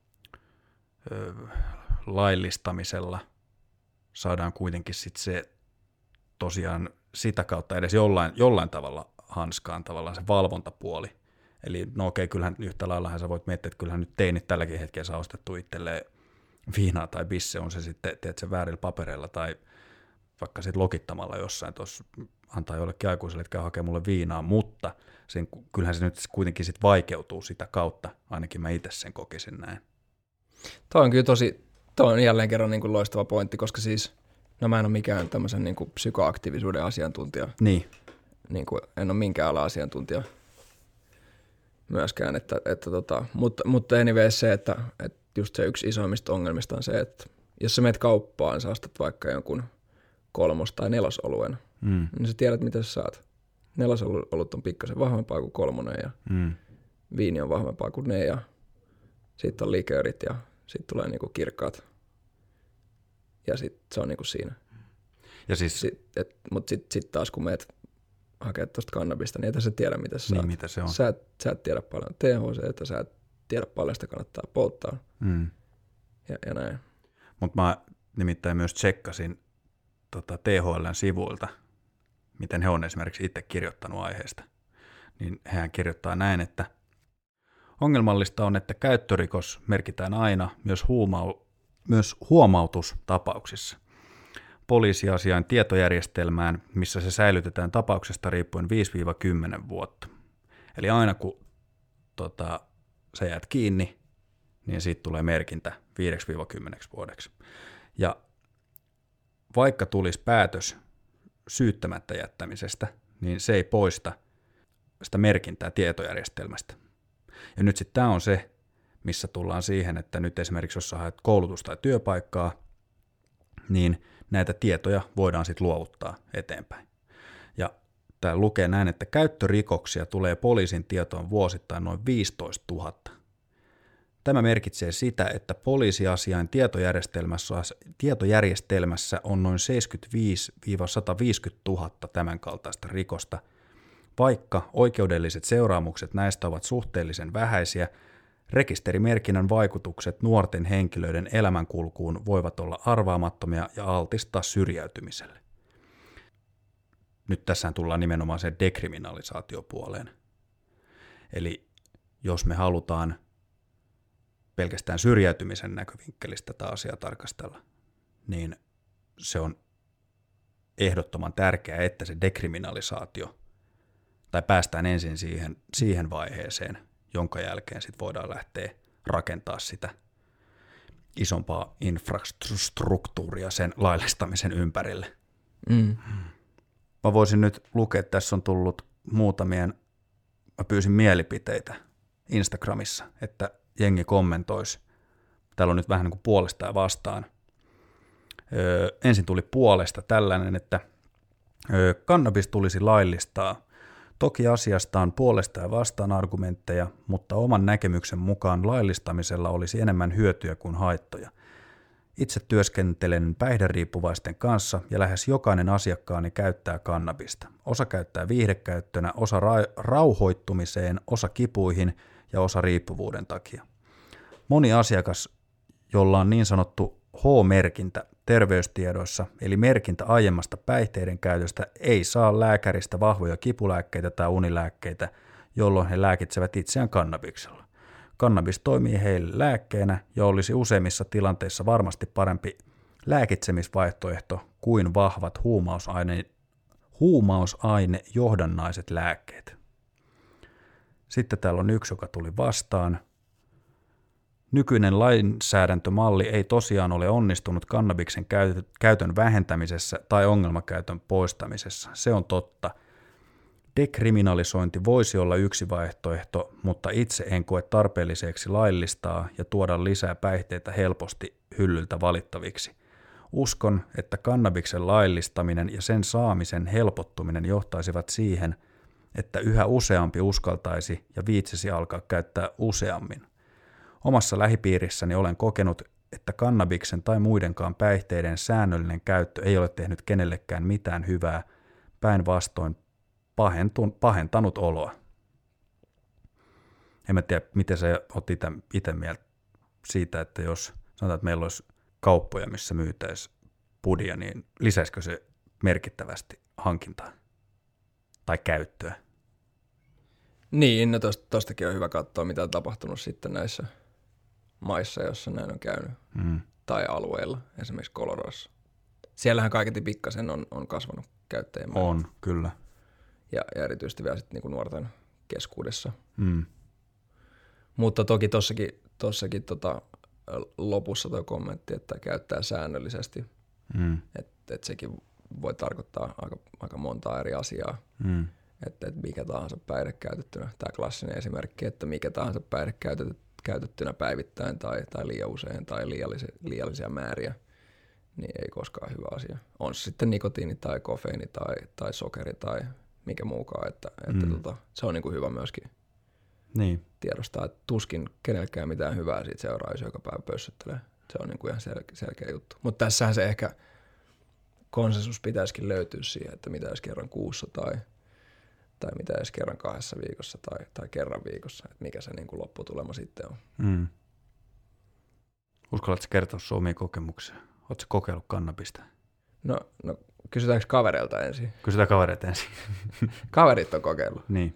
laillistamisella saadaan kuitenkin sitten se tosiaan sitä kautta edes jollain, jollain tavalla hanskaan tavallaan se valvontapuoli. Eli no okei, kyllähän yhtä laillahan sä voit miettiä, että kyllähän nyt teinit tälläkin hetkellä saa ostettu itselleen viinaa tai bisse, on se sitten, teet se väärillä papereilla tai vaikka sitten lokittamalla jossain tuossa antaa jollekin aikuiselle, että käy hakemaan mulle viinaa, mutta sen, kyllähän se nyt kuitenkin sit vaikeutuu sitä kautta, ainakin mä itse sen kokisin näin. Toi on kyllä tosi, toi on jälleen kerran niin kuin loistava pointti, koska siis, no mä en ole mikään tämmöisen niin kuin psykoaktiivisuuden asiantuntija. Niin. Niin kuin en ole minkään ala asiantuntija myöskään, että, että tota, mutta, mutta anyways se, että, että just se yksi isoimmista ongelmista on se, että jos sä meet kauppaan, sä ostat vaikka jonkun kolmos- tai nelosoluen, mm. niin sä tiedät, mitä sä saat. Nelosolut on pikkasen vahvempaa kuin kolmonen ja mm. viini on vahvempaa kuin ne ja sitten on liköörit ja sitten tulee niinku kirkkaat ja sitten se on niinku siinä. Ja siis... Sit, et, mut sitten sit taas kun meet hakea tuosta kannabista, niin et sä tiedä, mitä sä niin, saat. mitä se on. Sä et, sä et tiedä paljon T H C, että sä et tiedä paljon sitä kannattaa polttaa mm. ja, ja näin. Mutta mä nimittäin myös tsekkasin tota T H L:n sivuilta, miten he on esimerkiksi itse kirjoittanut aiheesta. Niin hehän kirjoittaa näin, että ongelmallista on, että käyttörikos merkitään aina myös, huumau- myös huomautustapauksissa poliisiasiain tietojärjestelmään, missä se säilytetään tapauksesta riippuen viisi kymmenen vuotta. Eli aina kun tota, sä jäät kiinni, niin siitä tulee merkintä viisi kymmenen vuodeksi. Ja vaikka tulisi päätös syyttämättä jättämisestä, niin se ei poista sitä merkintää tietojärjestelmästä. Ja nyt sitten tämä on se, missä tullaan siihen, että nyt esimerkiksi jos sä haet koulutusta tai työpaikkaa, niin näitä tietoja voidaan sitten luovuttaa eteenpäin. Ja tämä lukee näin, että käyttörikoksia tulee poliisin tietoon vuosittain noin viisitoistatuhatta. Tämä merkitsee sitä, että poliisiasiain tietojärjestelmässä, tietojärjestelmässä on noin seitsemänkymmentäviisi sata viisikymmentätuhatta tämän kaltaista rikosta. Vaikka oikeudelliset seuraamukset näistä ovat suhteellisen vähäisiä, rekisterimerkinnän vaikutukset nuorten henkilöiden elämänkulkuun voivat olla arvaamattomia ja altistaa syrjäytymiselle. Nyt tässä tullaan nimenomaan sen dekriminalisaatiopuoleen. Eli jos me halutaan pelkästään syrjäytymisen näkövinkkelistä tätä asiaa tarkastella, niin se on ehdottoman tärkeää, että se dekriminalisaatio, tai päästään ensin siihen, siihen vaiheeseen, jonka jälkeen sit voidaan lähteä rakentaa sitä isompaa infrastruktuuria sen laillistamisen ympärille. Mm. Mä voisin nyt lukea, että tässä on tullut muutamien, mä pyysin mielipiteitä Instagramissa, että jengi kommentoisi. Täällä on nyt vähän niin kuin puolesta ja vastaan. Öö, ensin tuli puolesta tällainen, että öö, kannabis tulisi laillistaa. Toki asiasta on puolesta ja vastaan argumentteja, mutta oman näkemyksen mukaan laillistamisella olisi enemmän hyötyä kuin haittoja. Itse työskentelen päihderiippuvaisten kanssa ja lähes jokainen asiakkaani käyttää kannabista. Osa käyttää viihdekäyttönä, osa ra- rauhoittumiseen, osa kipuihin ja osa riippuvuuden takia. Moni asiakas, jolla on niin sanottu H-merkintä terveystiedoissa, eli merkintä aiemmasta päihteiden käytöstä, ei saa lääkäristä vahvoja kipulääkkeitä tai unilääkkeitä, jolloin he lääkitsevät itseään kannabiksella. Kannabis toimii heille lääkkeenä ja olisi useimmissa tilanteissa varmasti parempi lääkitsemisvaihtoehto kuin vahvat huumausaine, huumausainejohdannaiset lääkkeet. Sitten täällä on yksi, joka tuli vastaan. Nykyinen lainsäädäntömalli ei tosiaan ole onnistunut kannabiksen käytön vähentämisessä tai ongelmakäytön poistamisessa. Se on totta. Dekriminalisointi voisi olla yksi vaihtoehto, mutta itse en koe tarpeelliseksi laillistaa ja tuoda lisää päihteitä helposti hyllyltä valittaviksi. Uskon, että kannabiksen laillistaminen ja sen saamisen helpottuminen johtaisivat siihen, että yhä useampi uskaltaisi ja viitsisi alkaa käyttää useammin. Omassa lähipiirissäni olen kokenut, että kannabiksen tai muidenkaan päihteiden säännöllinen käyttö ei ole tehnyt kenellekään mitään hyvää, päinvastoin pahentanut oloa. En mä tiedä, miten sä oot itse mieltä siitä, että jos sanotaan, että meillä olisi kauppoja, missä myytäisiin pudia, niin lisäisikö se merkittävästi hankintaa tai käyttöä? Niin, no tosta, tostakin on hyvä katsoa, mitä on tapahtunut sitten näissä maissa, joissa näin on käynyt, mm. tai alueilla, esimerkiksi Coloradossa. Siellähän kaiketi pikkasen on, on kasvanut käyttäjien määrä. On, kyllä. Ja, ja erityisesti vielä sitten niin kuin nuorten keskuudessa. Mm. Mutta toki tossakin, tossakin tota, lopussa tuo kommentti, että käyttää säännöllisesti, mm. että et sekin voi tarkoittaa aika, aika montaa eri asiaa. Mm. Että et mikä tahansa päihde käytettynä, tämä klassinen esimerkki, että mikä tahansa päihde käytettynä päivittäin tai, tai liian usein tai liiallisia, liiallisia määriä, niin ei koskaan hyvä asia. On se sitten nikotiini tai kofeiini tai, tai sokeri tai mikä muukaan, että, että mm. tota, se on niin kuin hyvä myöskin niin tiedostaa, että tuskin kenellekään mitään hyvää siitä seuraa, jos joka päivä pössöttelee. Se on niin kuin ihan selkeä, selkeä juttu. Mutta tässähän se ehkä konsensus pitäisikin löytyä siihen, että mitä jos kerran kuussa tai, tai mitä jos kerran kahdessa viikossa tai, tai kerran viikossa, että mikä se niin kuin lopputulema sitten on. Mm. Uskallatko kertoa sun omia kokemuksia? Oletko kokeillut kannabista? No, no kysytäänkö kavereilta ensin? Kysytään kavereilta ensin. Kaverit on kokeillut. Niin.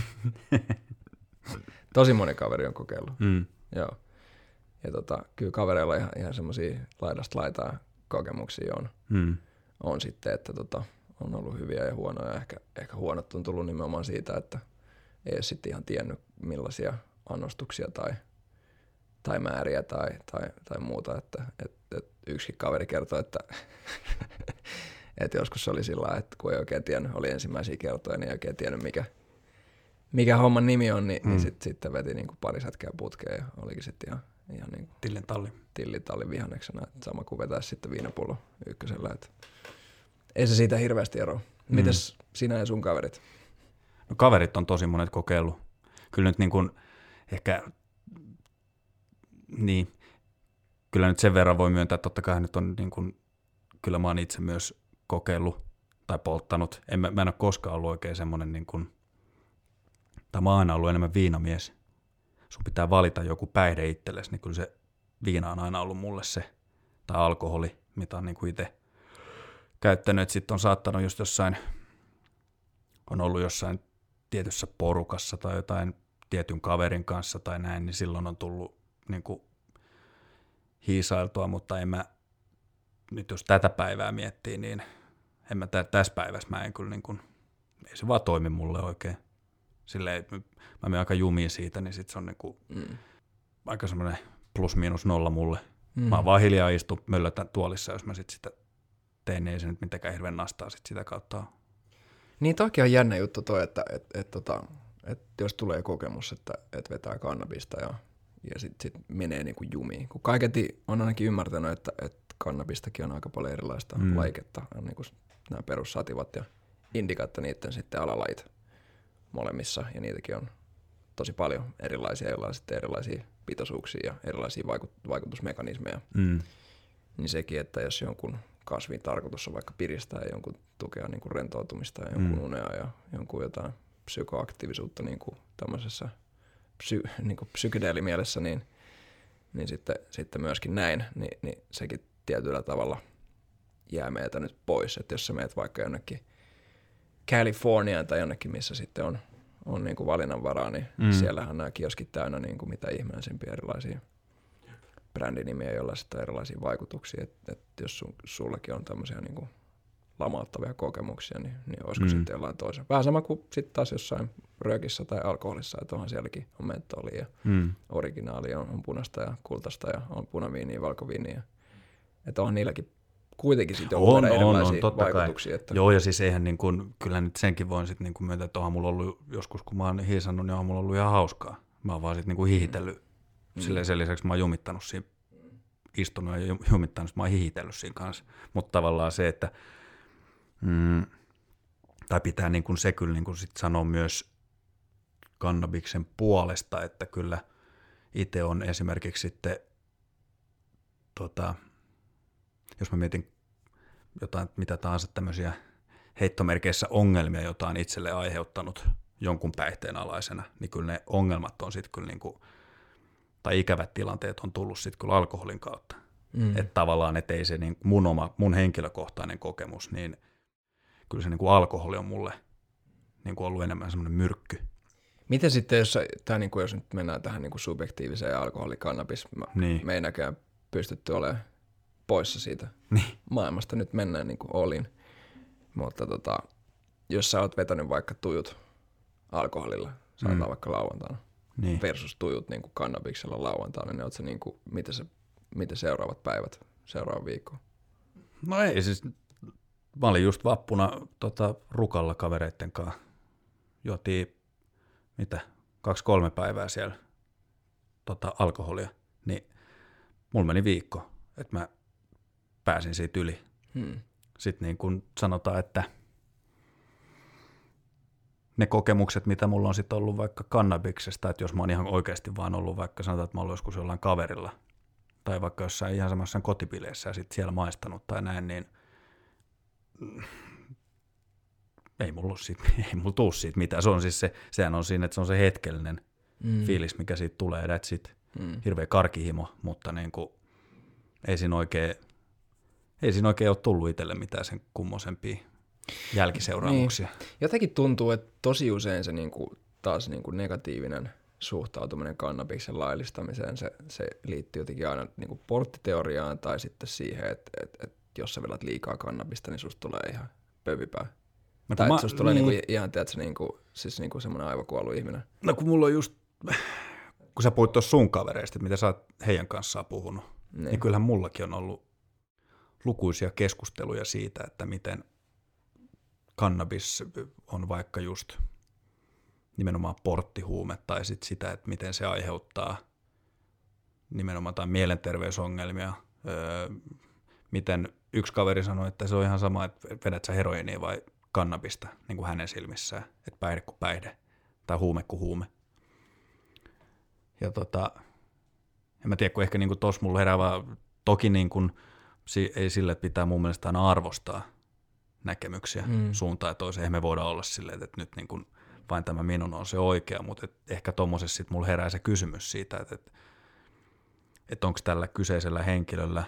Tosi moni kaveri on kokeillut. Mm. Joo. Ja tota, kyllä kavereilla ihan, ihan semmoisia laidasta laitaa kokemuksia on. Mm. On sitten, että tota, on ollut hyviä ja huonoja. Ehkä, ehkä huonot on tullut nimenomaan siitä, että ei ole sitten ihan tiennyt millaisia annostuksia tai, tai määriä tai, tai, tai muuta. Että, et, et yksikin kaveri kertoi, että, että joskus oli sillä lailla, että kun ei oikein tiennyt, oli ensimmäisiä kertoja, niin ei oikein tiennyt mikä, mikä homman nimi on, niin, mm. niin sitten sit veti niin kuin pari sätkää putkeen ja olikin sitten ihan, ihan niin kuin Tillin talli. Tillin talli vihanneksena, että sama kuin vetäisi sitten viinapullo ykkösellä. Että ei se siitä hirveästi eroa. Mm. Mites sinä ja sun kaverit? No kaverit on tosi monet kokeillut. Kyllä nyt niin kuin ehkä niin, kyllä nyt sen verran voi myöntää, että totta kai nyt on niin kuin, kyllä mä oon itse myös kokeillut tai polttanut. En, mä en ole koskaan ollut oikein semmoinen, niin kuin, tai mä oon aina ollut enemmän viinamies. Sun pitää valita joku päihde itsellesi, niin kyllä se viina on aina ollut mulle se, tai alkoholi, mitä on niin kuin itse käyttänyt. Sitten on saattanut just jossain, on ollut jossain tietyssä porukassa tai jotain tietyn kaverin kanssa tai näin, niin silloin on tullut niin kuin hiisailtua, mutta en mä, nyt jos tätä päivää miettii, niin en mä tä, tässä päivässä mä en kyllä niin kuin, ei se vaan toimi mulle oikein. Silleen, mä menen aika jumiin siitä, niin sit se on niin kuin mm. aika semmoinen plus miinus nolla mulle. Mm. Mä vaan hiljaa istun möllötän tuolissa, jos mä sit sitä tein, niin ei se nyt mitenkään hirveän nastaa sit sitä kautta. Niin toki on jännä juttu toi, että et, et, tota, et jos tulee kokemus, että et vetää kannabista ja, ja sitten sit menee niinku jumiin. Kun kaiketi on ainakin ymmärtänyt, että et kannabistakin on aika paljon erilaista mm. laiketta. On niinku nämä perussativat ja indikat ja niiden sitten alalajit molemmissa. Ja niitäkin on tosi paljon erilaisia, joilla on sitten erilaisia pitoisuuksia ja erilaisia vaikut- vaikutusmekanismeja. Mm. Niin sekin, että jos jonkun kasvin tarkoitus on vaikka piristää jonkun tukea niin kuin rentoutumista ja jonkun mm. unea ja jonkun jotain psykoaktiivisuutta niin kuin tämmöisessä psy, niin kuin psykedeelimielessä, niin, niin sitten, sitten myöskin näin, niin, niin sekin tietyllä tavalla jää meiltä nyt pois. Että jos sä meet vaikka jonnekin Californiaan tai jonnekin, missä sitten on, on niin kuin valinnanvaraa, niin mm. siellähän nämä kioskit täynnä niin kuin mitä ihmeellisimpiä erilaisia brändinimiä, joilla sitten on erilaisia vaikutuksia, että et jos sun, sullakin on tämmöisiä niinku lamauttavia kokemuksia, niin, niin olisiko mm. sitten jollain toisen. Vähän sama kuin sitten taas jossain röökissä tai alkoholissa, että onhan sielläkin on mentolia ja mm. originaalia, on, on punaista ja kultaista ja on punaviiniä, valkoviiniä. Että onhan niilläkin kuitenkin sitten joku on, erilaisia on, on, vaikutuksia. Että... Joo, ja siis eihän niin kuin, kyllä nyt senkin voin sitten niin kuin myöntää, että onhan mulla ollut joskus, kun mä oon hiisannut, niin onhan mulla ollut ihan hauskaa. Mä oon vaan sitten niin kuin hihitellyt. Mm. Silleen sen lisäksi mä oon jumittanut siinä, istunut ja jumittanut, mä oon hihitellyt siinä kanssa. Mutta tavallaan se, että mm, tai pitää niin kuin se kyllä niin kuin sit sanoa myös kannabiksen puolesta, että kyllä itse on esimerkiksi sitten, tota, jos mä mietin jotain, mitä tahansa tämmöisiä heittomerkeissä ongelmia, joita on itselle aiheuttanut jonkun päihteen alaisena, niin kyllä ne ongelmat on sitten kyllä niin kuin, tai ikävät tilanteet on tullut sitten kyllä alkoholin kautta. Mm. Että tavallaan, että ei se niin mun, oma, mun henkilökohtainen kokemus, niin kyllä se niin kuin alkoholi on mulle niin kuin ollut enemmän semmoinen myrkky. Miten sitten, jos, tai niin kuin jos nyt mennään tähän niin kuin subjektiiviseen alkoholikannabis, niin. me ei näkään pystytty olemaan poissa siitä niin. maailmasta, nyt mennään niin kuin olin. Mutta tota, jos sä oot vetänyt vaikka tujut alkoholilla, sanotaan mm. vaikka lauantaina, niin. versus tujut niin kuin kannabiksella lauantaina, niin oot sä niin kuin, miten, se, miten seuraavat päivät, seuraava viikko? No ei siis, mä olin just vappuna tota, Rukalla kavereitten kanssa, juotiin mitä, kaksi kolme päivää siellä tota, alkoholia, niin mulla meni viikko, että mä pääsin siitä yli. Hmm. Sitten niin kun sanotaan, että ne kokemukset, mitä mulla on sitten ollut vaikka kannabiksesta, että jos mä oon ihan oikeasti vaan ollut vaikka sanotaan, että mä oon ollut joskus jollain kaverilla, tai vaikka jossain ihan samassa kotipileissä ja sitten siellä maistanut tai näin, niin ei mulla, siitä, ei mulla tuu siitä mitään. Se on siis se, sehän on siinä, että se on se hetkellinen mm. fiilis, mikä siitä tulee, that's it. Mm. Hirveä karkihimo, mutta niin kuin, ei siinä oikein, ei siinä oikein ole tullut itselle mitään sen kummosempia jälkiseuraamuksia. Niin. Jotenkin tuntuu, että tosi usein se niin kuin, taas niin kuin negatiivinen suhtautuminen kannabiksen laillistamiseen, se, se liittyy jotenkin aina niin kuin porttiteoriaan tai sitten siihen, että, että, että jos sä vedät liikaa kannabista, niin susta tulee ihan pövipää. No, tai mä, että susta tulee niin. Niinku ihan, tiedätkö, niinku, siis niinku semmoinen aivokuollut ihminen. No kun mulla on just, kun sä puhuit tuossa sun kavereista, mitä sä oot heidän kanssaan puhunut, niin. niin kyllähän mullakin on ollut lukuisia keskusteluja siitä, että miten kannabis on vaikka just nimenomaan porttihuume tai sit sitä, että miten se aiheuttaa nimenomaan tai mielenterveysongelmia. Öö, miten yksi kaveri sanoi, että se on ihan sama, että vedät sä heroinia vai kannabista niin kuin hänen silmissään, että päihde kuin päihde tai huume kuin huume. Ja, tota, En mä tiedä, kun ehkä niin tuossa mulla herää vaan, toki niin kuin, ei sille, että pitää mun mielestä aina arvostaa näkemyksiä mm. suuntaan ja toiseen. Eihän me voida olla silleen, että nyt niin kuin vain tämä minun on se oikea, mutta et ehkä tuommoisessa sitten mulla herää se kysymys siitä, että, että, että onko tällä kyseisellä henkilöllä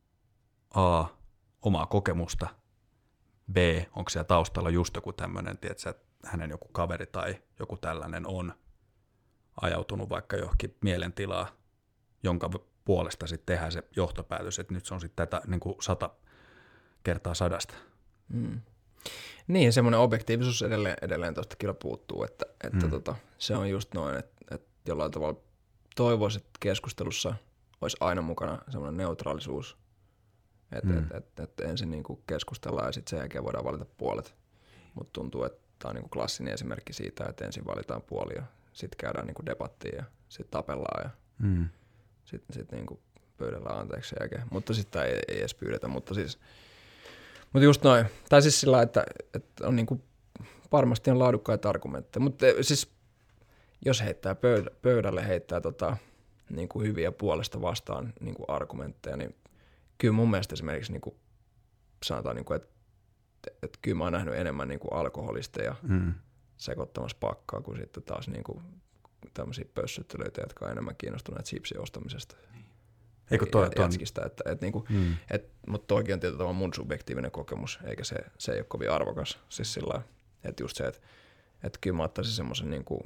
A, omaa kokemusta, B, onko siellä taustalla just joku tämmöinen, tiedätkö, että hänen joku kaveri tai joku tällainen on ajautunut vaikka johonkin mielentilaa, jonka puolesta sitten tehdään se johtopäätös, että nyt se on sitten tätä niin kuin sata kertaa sadasta. Mm. Niin, semmoinen objektiivisuus edelleen, edelleen tuosta kyllä puuttuu, että, että mm. tota, se on just noin, että, että jollain tavalla toivoisin, että keskustelussa olisi aina mukana semmoinen neutraalisuus, että mm. et, et, et ensin niin kuin keskustellaan ja sitten sen jälkeen voidaan valita puolet, mutta tuntuu, että tämä on niin kuin klassinen esimerkki siitä, että ensin valitaan puoli ja sitten käydään niin kuin debattiin ja sitten tapellaan ja mm. sitten sit niin kuin pyydellään anteeksi sen jälkeen, mutta sitten ei, ei edes pyydetä, mutta siis mutta just noin, tai siis sillä että, että on niinku, varmasti on laadukkaita argumentteja, mutta siis jos heittää pöydälle, heittää tota, niinku hyviä puolesta vastaan niinku argumentteja, niin kyllä mun mielestä esimerkiksi niinku, sanotaan, niinku, että, että kyllä mä oon nähnyt enemmän niinku alkoholisteja mm. sekoittamassa pakkaa kuin sitten taas niinku, tämmöisiä pössyttelyitä, jotka on enemmän kiinnostuneet chipsin ostamisesta. Eikö toi, toi jätskistä, että, että niinku, mm. et, mutta toikin on tietysti mun subjektiivinen kokemus, eikä se, se ei ole kovin arvokas. Siis sillä että just se, että, että kyllä mä ottaisin semmoisen niinku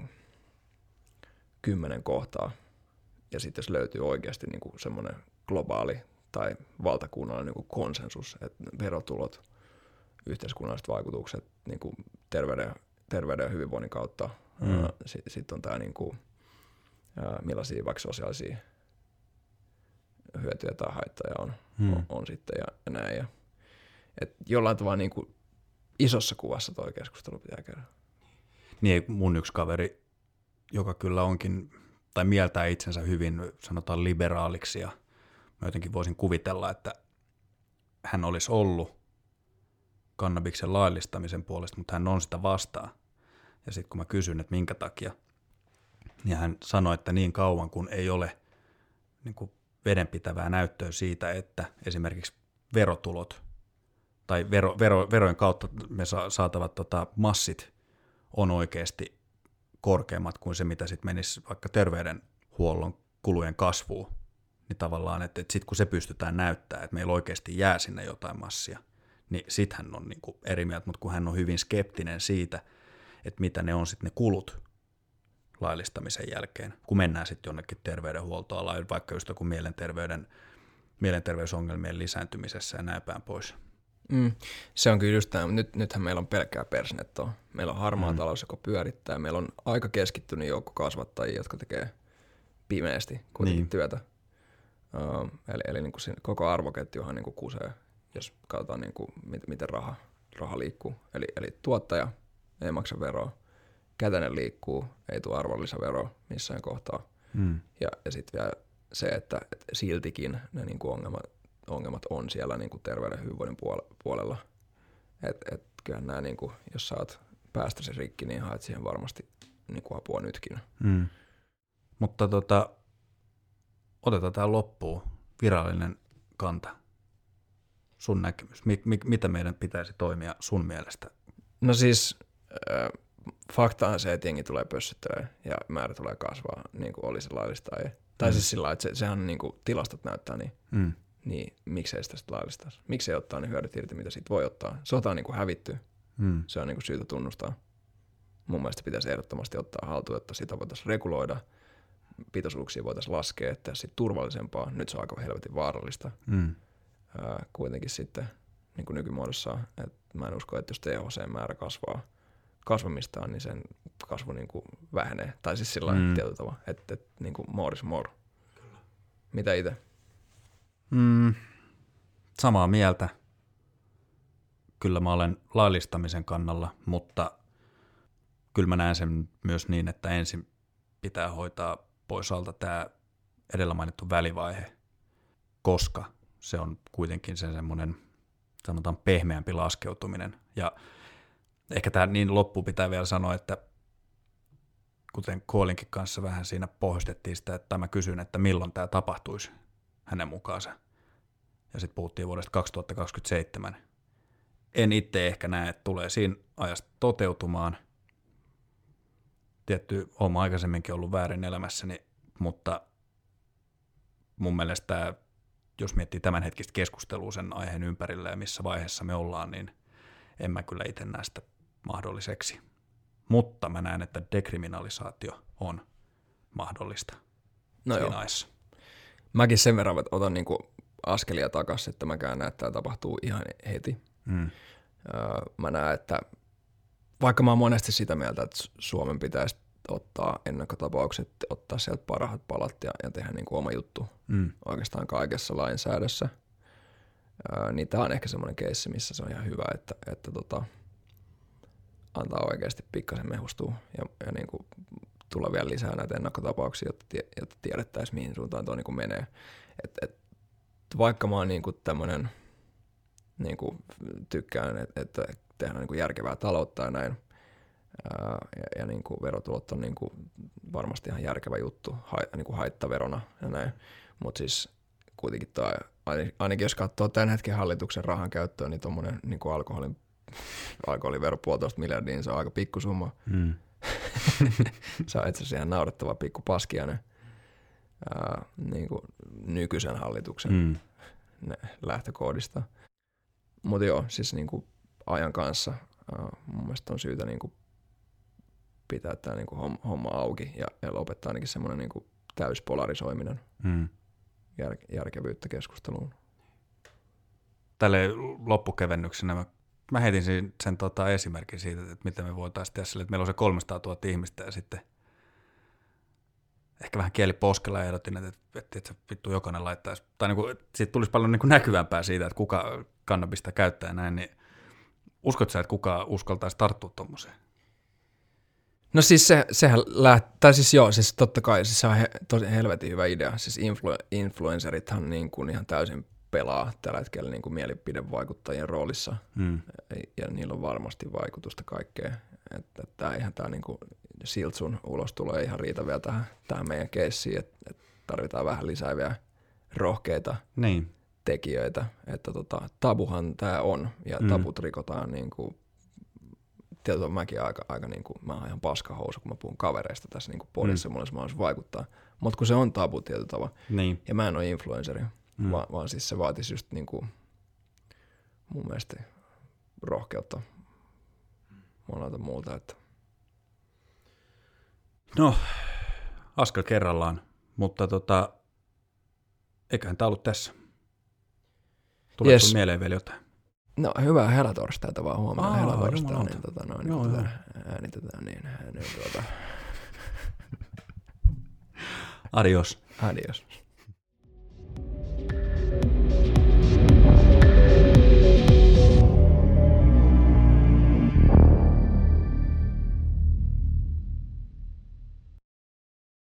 kymmenen kohtaa, ja sitten jos löytyy oikeasti niinku semmoinen globaali tai valtakunnallinen niinku konsensus, että verotulot, yhteiskunnalliset vaikutukset niinku terveyden, terveyden ja hyvinvoinnin kautta, mm. sitten sit on tämä niinku, millaisia vaikka sosiaalisia hyötyjä tai haittoja on, hmm. on, on sitten ja, ja näin. Ja, et jollain tavalla niin kuin isossa kuvassa toi keskustelu pitää käydä. Niin mun yksi kaveri, joka kyllä onkin, tai mieltää itsensä hyvin, sanotaan liberaaliksi, ja mä jotenkin voisin kuvitella, että hän olisi ollut kannabiksen laillistamisen puolesta, mutta hän on sitä vastaan. Ja sitten kun mä kysyn, että minkä takia, niin hän sanoi, että niin kauan kun ei ole niin kuin vedenpitävää näyttöä siitä, että esimerkiksi verotulot tai vero, vero, verojen kautta me saatavat tota, massit on oikeasti korkeammat kuin se, mitä sitten menisi vaikka terveydenhuollon kulujen kasvuun, niin tavallaan, että, että sitten kun se pystytään näyttämään, että meillä oikeasti jää sinne jotain massia, niin sitten hän on niin kuin eri mieltä, mutta kun hän on hyvin skeptinen siitä, että mitä ne on sitten ne kulut laillistamisen jälkeen, kun mennään sitten jonnekin terveydenhuoltoalaan, vaikka just joku mielenterveyden, mielenterveysongelmien lisääntymisessä ja näin päin pois. Mm, se on kyllä just tämä. Nyt, nythän meillä on pelkkää persnettoa. Meillä on harmaa mm. talous, joka pyörittää. Meillä on aika keskittynyt joukko kasvattajia, jotka tekee pimeästi kuitenkin niin. työtä. Uh, eli eli niin kuin koko arvoketjuhan niin kuin kusee, jos katsotaan niin kuin, miten raha, raha liikkuu. Eli, eli tuottaja ei maksa veroa. Käteinen liikkuu, ei tule arvonlisäveroa missään kohtaa. Mm. Ja, ja sitten vielä se, että, että siltikin ne niin kuin ongelmat, ongelmat on siellä niin kuin terveyden ja hyvinvoinnin puolella. Että et, kyllähän nämä, niin kuin, jos sä oot päästäsi rikki, niin haet siihen varmasti niin kuin apua nytkin. Mm. Mutta tota, otetaan tähän loppuun virallinen kanta. Sun näkemys. Mi- mi- mitä meidän pitäisi toimia sun mielestä? No siis... Äh, Fakta on se, että jengi tulee pössyttelemään ja määrä tulee kasvaa, niin kuin oli se laillista. Tai, tai mm. siis sillä lailla, että se, sehän niin kuin tilastot näyttää, niin, mm. niin miksei sitä sitten laillistaisi? Miksei ottaa ne hyödyt irti, mitä siitä voi ottaa? Sota on niin kuin hävitty. Mm. Se on niin kuin syytä tunnustaa. Mun mielestä pitäisi ehdottomasti ottaa haltuun, että sitä voitaisiin reguloida, pitoisuuksia voitaisiin laskea, että sitten turvallisempaa. Nyt se on aika helvetin vaarallista. Mm. Ää, kuitenkin sitten niin kuin nykymuodossa, että mä en usko, että jos T H C-määrä kasvaa, kasvamistaan, niin sen kasvu niin kuin vähenee. Tai siis sillä mm. tietyllä tavalla, että, että niin kuin more is more. Kyllä. Mitä itse? Mm, samaa mieltä. Kyllä mä olen laillistamisen kannalla, mutta kyllä mä näen sen myös niin, että ensin pitää hoitaa pois alta tämä edellä mainittu välivaihe, koska se on kuitenkin sen semmoinen, sanotaan, pehmeämpi laskeutuminen. Ja ehkä tämä niin loppuun pitää vielä sanoa, että kuten Colinkin kanssa vähän siinä pohjustettiin sitä, että mä kysyin, että milloin tämä tapahtuisi hänen mukaansa. Ja sitten puhuttiin vuodesta kaksituhattakaksikymmentäseitsemän. En itse ehkä näe, että tulee siinä ajasta toteutumaan. Tietty, olen aikaisemminkin ollut väärin elämässäni, mutta mun mielestä tämä, jos miettii tämänhetkistä keskustelua sen aiheen ympärillä ja missä vaiheessa me ollaan, niin en mä kyllä itse näe sitä mahdolliseksi. Mutta mä näen, että dekriminalisaatio on mahdollista no siinä joo. ajassa. Mäkin sen verran otan niinku askelia takaisin, että mäkään näen, että tämä tapahtuu ihan heti. Mm. Öö, mä näen, että vaikka mä oon monesti sitä mieltä, että Suomen pitäisi ottaa ennakkotapaukset, ottaa sieltä parhaat palat ja, ja tehdä niinku oma juttu Mm. oikeastaan kaikessa lainsäädössä, öö, niin tää on ehkä semmoinen keissi, missä se on ihan hyvä, että, että tota, antaa oikeasti pikkasen mehustua ja, ja niinku tulla vielä lisää näitä ennakkotapauksia, jotta, tie, jotta tiedettäisiin, mihin suuntaan tuo niinku menee. Et, et, vaikka mä oon niinku tämmönen, niinku tykkään, että et tehdään niinku järkevää taloutta ja näin, ää, ja, ja niinku verotulot on niinku varmasti ihan järkevä juttu ha, niinku haittaverona ja näin, mutta siis kuitenkin toi, ainakin jos katsoo tämän hetken hallituksen rahan käyttöä, niin tuommoinen niinku alkoholin alkoholivero puolitoista miljardia, niin se on aika pikkusumma. Mm. Se on itse asiassa ihan naurettava pikku paskiainen ää, niin kuin nykyisen hallituksen mm. lähtökoodista. Mutta joo, siis niin kuin ajan kanssa ää, mun mielestä on syytä niin kuin pitää tämä niin kuin homma auki ja, ja lopettaa ainakin semmoinen niin kuin täyspolarisoiminen mm. jär, järkevyyttä keskusteluun. Tälle loppukevennyksenä mä Mä heitin sen, sen tota esimerkin siitä, että miten me voitaisiin tehdä sille, että meillä on se kolmesataatuhatta ihmistä ja sitten ehkä vähän kieli poskella ja ehdotin, että, että, että se vittu jokainen laittaisi, tai niin kuin, siitä tulisi paljon niin kuin näkyvämpää siitä, että kuka kannabista käyttää ja näin, niin uskotko sä, että kuka uskaltaisi tarttua tommoseen? No siis se, sehän lähtee, tai siis joo, siis totta kai, siis se on he, tosi helvetin hyvä idea, siis influ, influencerithan niin kuin ihan täysin pelaa tällä hetkellä niin kuin mielipidevaikuttajien roolissa, hmm. ja niillä on varmasti vaikutusta kaikkeen. Että, että ihan tämä niin kuin Siltsun ulostulo ei ihan riitä vielä tähän, tähän meidän keissiin, että, että tarvitaan vähän lisää vielä rohkeita niin. tekijöitä. Että tota, tabuhan tämä on, ja hmm. tabut rikotaan niin kuin, tietysti mäkin aika, aika niin kuin, mä oon ihan paskahousu, kun mä puhun kavereista tässä niin kuin podissa, hmm. mulla se mahdollisuus vaikuttaa. Mutta kun se on tabu tietyllä tavalla, niin. ja mä en ole influenceri, Mm. Va- vaan siis se vaatisi just niinku mun mielestä rohkeutta monelta muulta. Että. No, askel kerrallaan, mutta tota, eiköhän tää ollut tässä. Tuleeko yes. sun mieleen vielä jotain? No hyvää helatorstaita vaan huomenna. Helatorstaita, niin, tota, noin, joo, niin, tota, äänitetään niin. niin tuota. Adios. Adios.